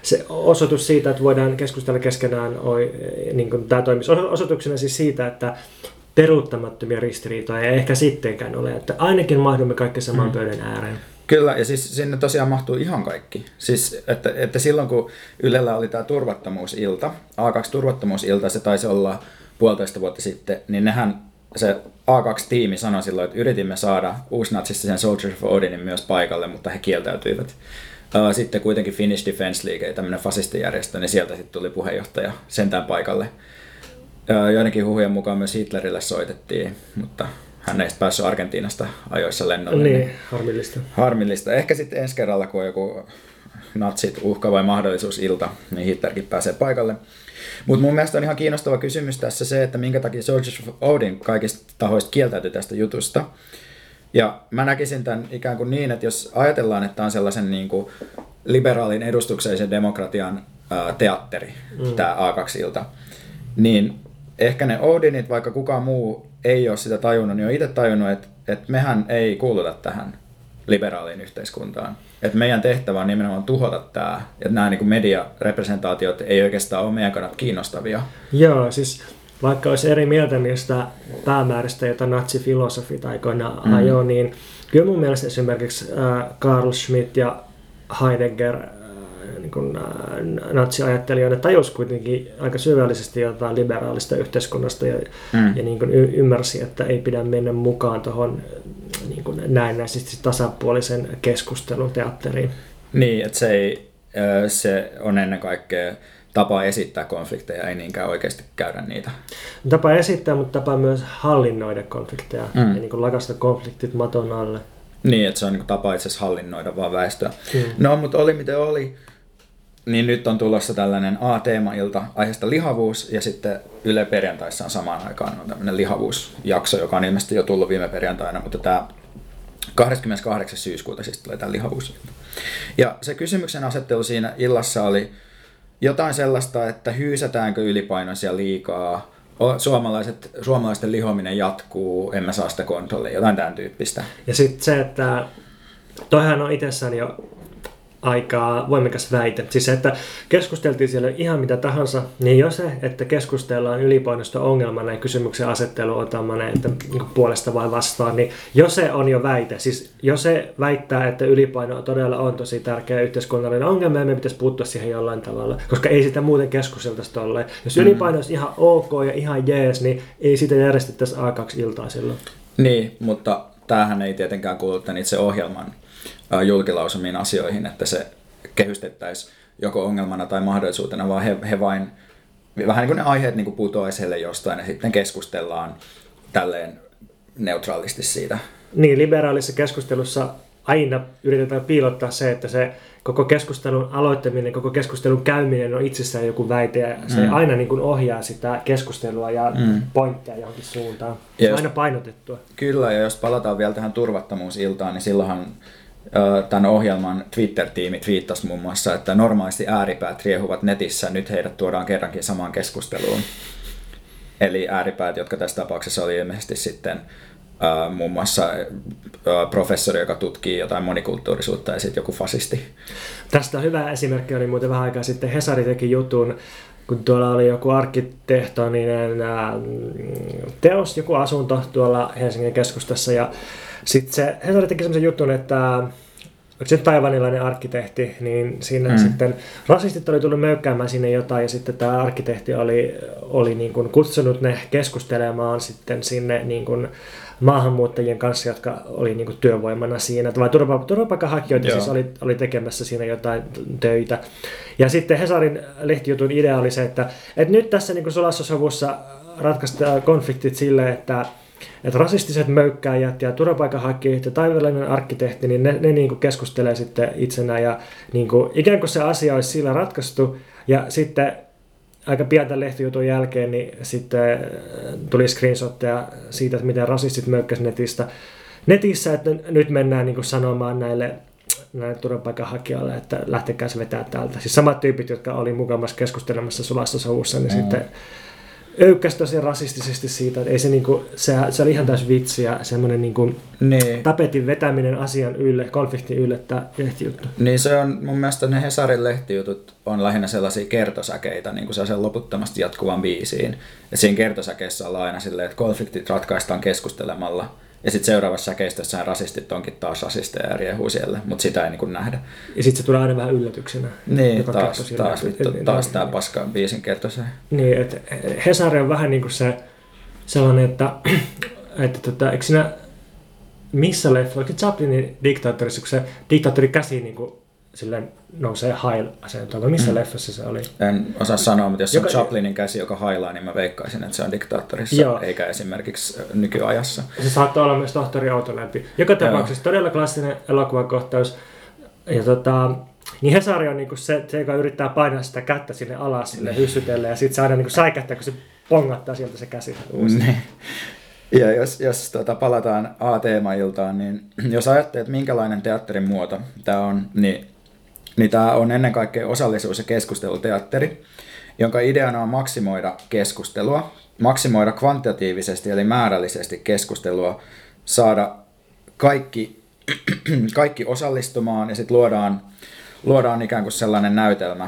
se osoitus siitä, että voidaan keskustella keskenään, niin kuin tämä toimisi osoituksena siis siitä, että peruuttamattomia ristiriitoja ei ehkä sittenkään ole, että ainakin mahdumme kaikki saman pöydän ääreen. Kyllä, ja siis sinne tosiaan mahtuu ihan kaikki. Siis, että silloin kun Ylellä oli tämä turvattomuusilta, A2-turvattomuusilta, se taisi olla 1,5 vuotta sitten, niin se A2-tiimi sanoi silloin, että yritimme saada uusnatsistisen Soldiers of Odinin myös paikalle, mutta he kieltäytyivät. Sitten kuitenkin Finnish Defense League, tämmöinen fasistijärjestö, niin sieltä sitten tuli puheenjohtaja sentään paikalle. Joidenkin huhujen mukaan myös Hitlerille soitettiin, mutta hän ei päässyt Argentiinasta ajoissa lennolle. Niin, harmillista. Harmillista. Ehkä sitten ensi kerralla, kun on joku natsit uhka vai mahdollisuusilta, niin Hitlerkin pääsee paikalle. Mutta mun mielestä on ihan kiinnostava kysymys tässä se, että minkä takia Soldiers of Odin kaikista tahoista kieltäytyi tästä jutusta. Ja mä näkisin tämän ikään kuin niin, että jos ajatellaan, että on sellaisen niin kuin liberaalin edustuksellisen demokratian teatteri, tämä A2-ilta, niin ehkä ne Odinit, vaikka kukaan muu ei ole sitä tajunnut, niin on itse tajunnut, että mehän ei kuuluta tähän liberaaliin yhteiskuntaan. Että meidän tehtävä on nimenomaan tuhota tämä, että nämä niin kuin mediarepresentaatiot ei oikeastaan ole meidän kannalta kiinnostavia. Joo, siis vaikka olisi eri mieltä niistä päämääristä, joita natsifilosofit aikoinaan ajoi, niin kyllä mun mielestä esimerkiksi Carl Schmitt ja Heidegger niin natsiajattelijoina tajusi kuitenkin aika syvällisesti jotain liberaalista yhteiskunnasta ja niin kuin ymmärsi, että ei pidä mennä mukaan tuohon niin näennäisesti tasapuolisen keskustelun teatteriin. Niin, että se on ennen kaikkea tapa esittää konflikteja, ei niinkään oikeasti käydä niitä. Tapa esittää, mutta tapa myös hallinnoida konflikteja ja niin kuin lakasta konfliktit maton alle. Niin, että se on niin kuin tapa itse asiassa hallinnoida vaan väestöä. No, mutta oli miten oli. Niin nyt on tulossa tällainen A-teemailta aiheesta lihavuus, ja sitten Yle perjantaissa on samaan aikaan on tämmöinen lihavuusjakso, joka on ilmeisesti jo tullut viime perjantaina, mutta tämä 28. syyskuuta siis tulee tämä lihavuusilta. Ja se kysymyksen asettelu siinä illassa oli jotain sellaista, että hyysätäänkö ylipainoisia liikaa, suomalaisten lihominen jatkuu, emme saa sitä kontrollia, jotain tämän tyyppistä. Ja sitten se, että toihan on itsessään jo aika voimakas väite. Siis se, että keskusteltiin siellä ihan mitä tahansa, niin jo se, että keskustellaan ylipainosta ongelmana ja kysymyksen asettelu on tämmöinen, että niin puolesta vai vastaan, niin jo se on jo väite. Siis jo se väittää, että ylipaino todella on tosi tärkeä yhteiskunnallinen ongelma ja me pitäisi puuttua siihen jollain tavalla, koska ei sitä muuten keskusteltaisi tolleen. Jos ylipaino olisi ihan ok ja ihan jees, niin ei sitä järjestettäisi A2-iltaa silloin. Niin, mutta tämähän ei tietenkään kuulu tämän itse ohjelman julkilausumiin asioihin, että se kehystettäisiin joko ongelmana tai mahdollisuutena, vaan he vain, vähän niin kuin ne aiheet niin kuin putoaisi heille jostain ja sitten keskustellaan tälleen neutraalisti siitä. Niin, liberaalissa keskustelussa aina yritetään piilottaa se, että se koko keskustelun aloittaminen, koko keskustelun käyminen on itsessään joku väite ja se aina niin kuin ohjaa sitä keskustelua ja pointtia johonkin suuntaan. Se on aina painotettua. Kyllä, ja jos palataan vielä tähän turvattomuusiltaan, niin silloinhan tämän ohjelman Twitter-tiimi twiittasi muun muassa, että normaalisti ääripäät riehuvat netissä, nyt heidät tuodaan kerrankin samaan keskusteluun. Eli ääripäät, jotka tässä tapauksessa oli ilmeisesti sitten muun muassa professori, joka tutkii jotain monikulttuurisuutta ja sitten joku fasisti. Tästä hyvä esimerkki oli muuten vähän aikaa sitten. Hesari teki jutun, kun tuolla oli joku arkkitehtoninen teos, joku asunto tuolla Helsingin keskustassa ja sitten se Hesari teki semmoisen jutun, että se taivanilainen arkkitehti, niin siinä sitten rasistit oli tullut möykkäämään sinne jotain ja sitten tämä arkkitehti oli niin kuin kutsunut ne keskustelemaan sitten sinne niin kuin maahanmuuttajien kanssa, jotka oli niin kuin työvoimana siinä, vai turvapaikanhakijoita siis oli tekemässä siinä jotain töitä. Ja sitten Hesarin lehtijutun idea oli se, että nyt tässä niin kuin sulassa sovussa ratkaistaan konfliktit silleen, että rasistiset möykkääjät ja turvapaikanhakijat ja taivaallinen arkkitehti, niin ne niin kuin keskustelee sitten itsenään ja niin kuin, ikään kuin se asia olisi sillä ratkaistu ja sitten aika pian tämän lehtijutun jälkeen niin sitten tuli screenshotteja siitä, että miten rasistit möykkäsi netissä, että nyt mennään niin kuin sanomaan näille turvapaikanhakijoille, että lähtekää se vetää täältä. Siis samat tyypit, jotka oli mukamassa keskustelemassa sulassa sovussa, niin sitten öykkäsi tosi rasistisesti siitä, että ei se, niinku, se oli ihan täys vitsiä, semmoinen niinku, tapetin vetäminen asian ylle, konfliktin ylle, tämä lehtijuttu. Niin se on, mun mielestä ne Hesarin lehtijutut on lähinnä sellaisia kertosäkeitä, niin kuin sellaisen loputtomasti jatkuvan biisiin. Ja siinä kertosäkeessä on aina silleen, että konfliktit ratkaistaan keskustelemalla. Ja sitten seuraavassa säkeistössä rasistit onkin taas rasisteja ja riehuu siellä, mutta sitä ei niinku nähdä. Ja sitten se tulee aina vähän yllätyksenä. Niin, taas tämä paska biisin kertosää. Niin, että Hesari on vähän niin kuin se sellainen, että eikö siinä missä leffa, oliko Chaplinin Diktaattorissa, kun se diktaattorin käsi niin kuin silleen nousee hail-asentoon, missä leffassa se oli? En osaa sanoa, mutta jos on Chaplinin käsi, joka hailaa, niin mä veikkaisin, että se on Diktaattorissa, eikä esimerkiksi nykyajassa. Se saattaa olla myös Tohtori Outolempi. Joka tapauksessa todella klassinen elokuvakohtaus. Ja niin Hesari on niinku se, joka yrittää painaa sitä kättä sinne alas, sille hyssytelle, ja sitten se aina niinku säikähtää, kun se pongattaa sieltä se käsi. Ja jos palataan A-teemailtaan, niin jos ajattelet, minkälainen teatterin muoto tämä on, niin tämä on ennen kaikkea osallisuus- ja keskusteluteatteri, jonka ideana on maksimoida keskustelua, maksimoida kvantitatiivisesti eli määrällisesti keskustelua, saada kaikki osallistumaan ja sitten luodaan ikään kuin sellainen näytelmä,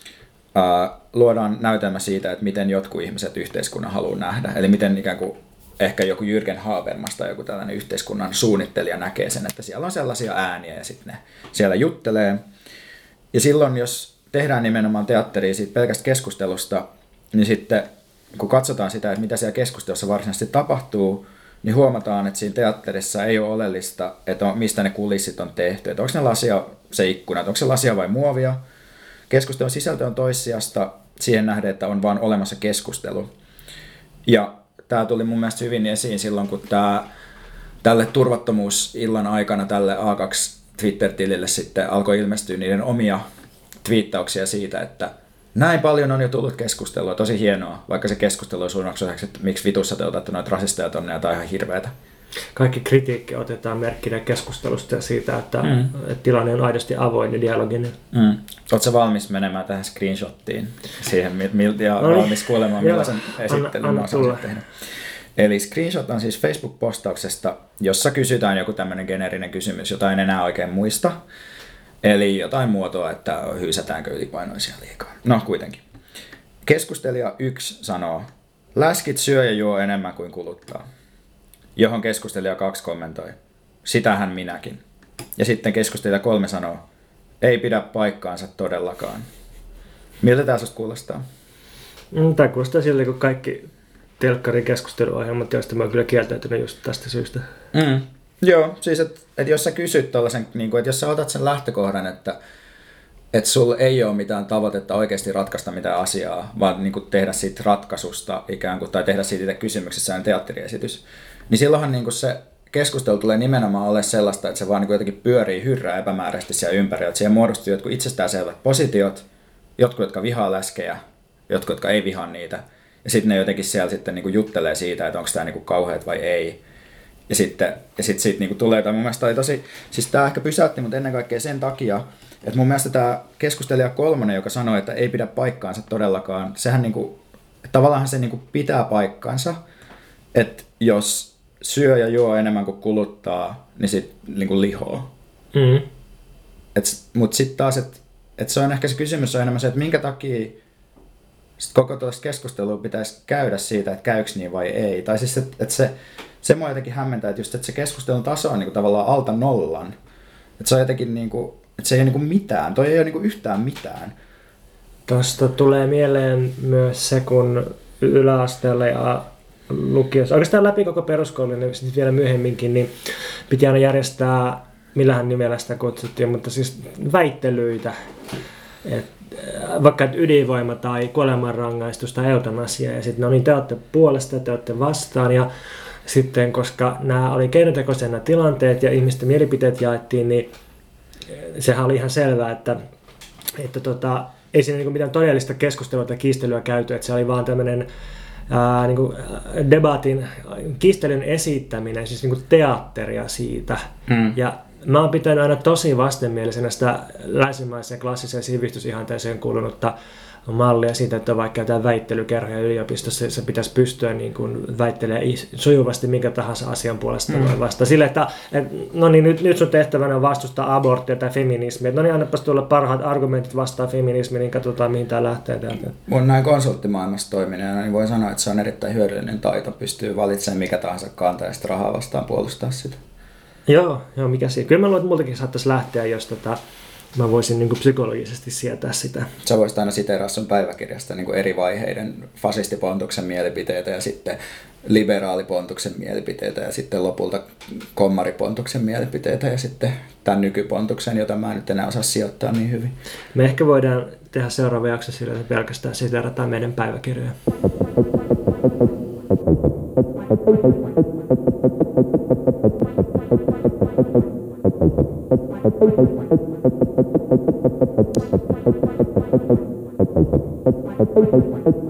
luodaan näytelmä siitä, että miten jotkut ihmiset yhteiskunnan haluaa nähdä, eli miten ikään kuin ehkä joku Jürgen Habermas tai joku tällainen yhteiskunnan suunnittelija näkee sen, että siellä on sellaisia ääniä ja sitten ne siellä juttelee. Ja silloin, jos tehdään nimenomaan teatteria siitä pelkästä keskustelusta, niin sitten kun katsotaan sitä, että mitä siellä keskustelussa varsinaisesti tapahtuu, niin huomataan, että siinä teatterissa ei ole oleellista, että mistä ne kulissit on tehty. Että onko ne lasia se ikkuna, onko se lasia vai muovia. Keskustelun sisältö on toissijasta siihen nähden, että on vaan olemassa keskustelu. Ja tämä tuli mun mielestä hyvin esiin silloin, kun tälle turvattomuusillan aikana tälle A2 Twitter-tilille sitten alkoi ilmestyä niiden omia twiittauksia siitä, että näin paljon on jo tullut keskustelua, tosi hienoa, vaikka se keskustelu on suunnaksi osaksi, että miksi vitussa te otatte noita rasisteja tonne ja tämä on ihan hirveätä. Kaikki kritiikki otetaan merkkinä keskustelusta ja siitä, että tilanne on aidosti avoin ja dialoginen. Oletko valmis menemään tähän screenshottiin siihen, ja valmis kuulemaan millaisen esittelyn mä osaan tehdä? Eli screenshot on siis Facebook-postauksesta, jossa kysytään joku tämmöinen geneerinen kysymys, jota en enää oikein muista. Eli jotain muotoa, että hyysätäänkö ylipainoisia liikaa. No kuitenkin. Keskustelija 1 sanoo, läskit syö ja juo enemmän kuin kuluttaa. Johon keskustelija 2 kommentoi, sitähän minäkin. Ja sitten keskustelija 3 sanoo, ei pidä paikkaansa todellakaan. Miltä tämä susta kuulostaa? Tämä kuulostaa siltä, kun kaikki telkkarin keskusteluohjelmat, joista mä oon kyllä kieltäytynyt just tästä syystä. Joo, siis että jos sä kysyt tollasen, niin että jos sä otat sen lähtökohdan, että sulla ei ole mitään tavoitetta oikeasti ratkaista mitään asiaa, vaan niin kuin tehdä siitä ratkaisusta ikään kuin, tai tehdä siitä itse kysymyksessä teatteriesitys, niin silloinhan niin kuin se keskustelu tulee nimenomaan ole sellaista, että se vaan niin kuin jotenkin pyörii hyrrää epämääräisesti siellä ympärillä, että siihen muodostuu jotkut itsestäänselvät positiot, jotkut, jotka vihaa läskejä, jotkut, jotka ei vihaa niitä, ja sitten ne jotenkin siellä sitten niin kuin juttelee siitä, että onko tämä niin kuin kauheat vai ei. Ja sitten niinku tulee, tai mun mielestä oli tosi, siis tämä ehkä pysäytti, mutta ennen kaikkea sen takia, että mun mielestä tämä keskustelija 3, joka sanoi, että ei pidä paikkaansa todellakaan, sehän niinku, tavallaan se niinku pitää paikkaansa, että jos syö ja juo enemmän kuin kuluttaa, niin sitten niinku lihoo. Mutta sitten taas, että se on ehkä se kysymys on enemmän se, että minkä takia koko tuosta keskustelua pitäisi käydä siitä, että käykö niin vai ei. Tai siis, että se mua jotenkin hämmentää, että se keskustelun taso on niinku tavallaan alta nollan. Että se on jotenkin niinku, että se ei ole niinku mitään, toi ei ole niinku yhtään mitään. Tuosta tulee mieleen myös se, kun yläasteella ja lukiossa, oikeastaan läpi koko peruskoulun, ja sitten vielä myöhemminkin, niin piti aina järjestää, millähän nimellä sitä kutsuttiin, mutta siis väittelyitä. Vaikka ydinvoima tai kuolemanrangaistus tai eutanasia, ja sitten no niin, te olette puolesta, te olette vastaan, ja sitten koska nämä oli keinotekoisia nämä tilanteet ja ihmisten mielipiteet jaettiin, niin sehän oli ihan selvää, että ei siinä niinku mitään todellista keskustelua tai kiistelyä käyty, että se oli vaan tämmöinen niinku debatin, kiistelyn esittäminen, siis niinku teatteria siitä. Ja mä oon pitänyt aina tosi vastenmielisenä sitä länsimaiseen klassiseen sivistysihanteeseen kuulunutta mallia siitä, että vaikka jotain väittelykerhoja yliopistossa se pitäisi pystyä niin kuin väittelemään sujuvasti minkä tahansa asian puolesta vasta. Sille, että no niin, nyt sun tehtävänä on vastustaa aborttia tai feminismiä. No niin, annapas tulla parhaat argumentit vastaan feminismiä, niin katsotaan mihin tämä lähtee täältä. Mun näin konsulttimaailmassa toimineena, niin voin sanoa, että se on erittäin hyödyllinen taito. Pystyy valitsemaan mikä tahansa kanta ja sitten rahaa vastaan puolustaa sitä. Joo, mikä siinä. Kyllä mä luulen, että multakin saattaisi lähteä, jos mä voisin niin kuin psykologisesti sietää sitä. Sä voisit aina siteeraa sun päiväkirjasta niin kuin eri vaiheiden fasistipontuksen mielipiteitä ja sitten liberaalipontuksen mielipiteitä ja sitten lopulta kommaripontuksen mielipiteitä ja sitten tämän nykypontuksen, jota mä nyt enää osaa sijoittaa niin hyvin. Me ehkä voidaan tehdä seuraava jakso sillä, että pelkästään siteerataan meidän päiväkirjoja. Thank you.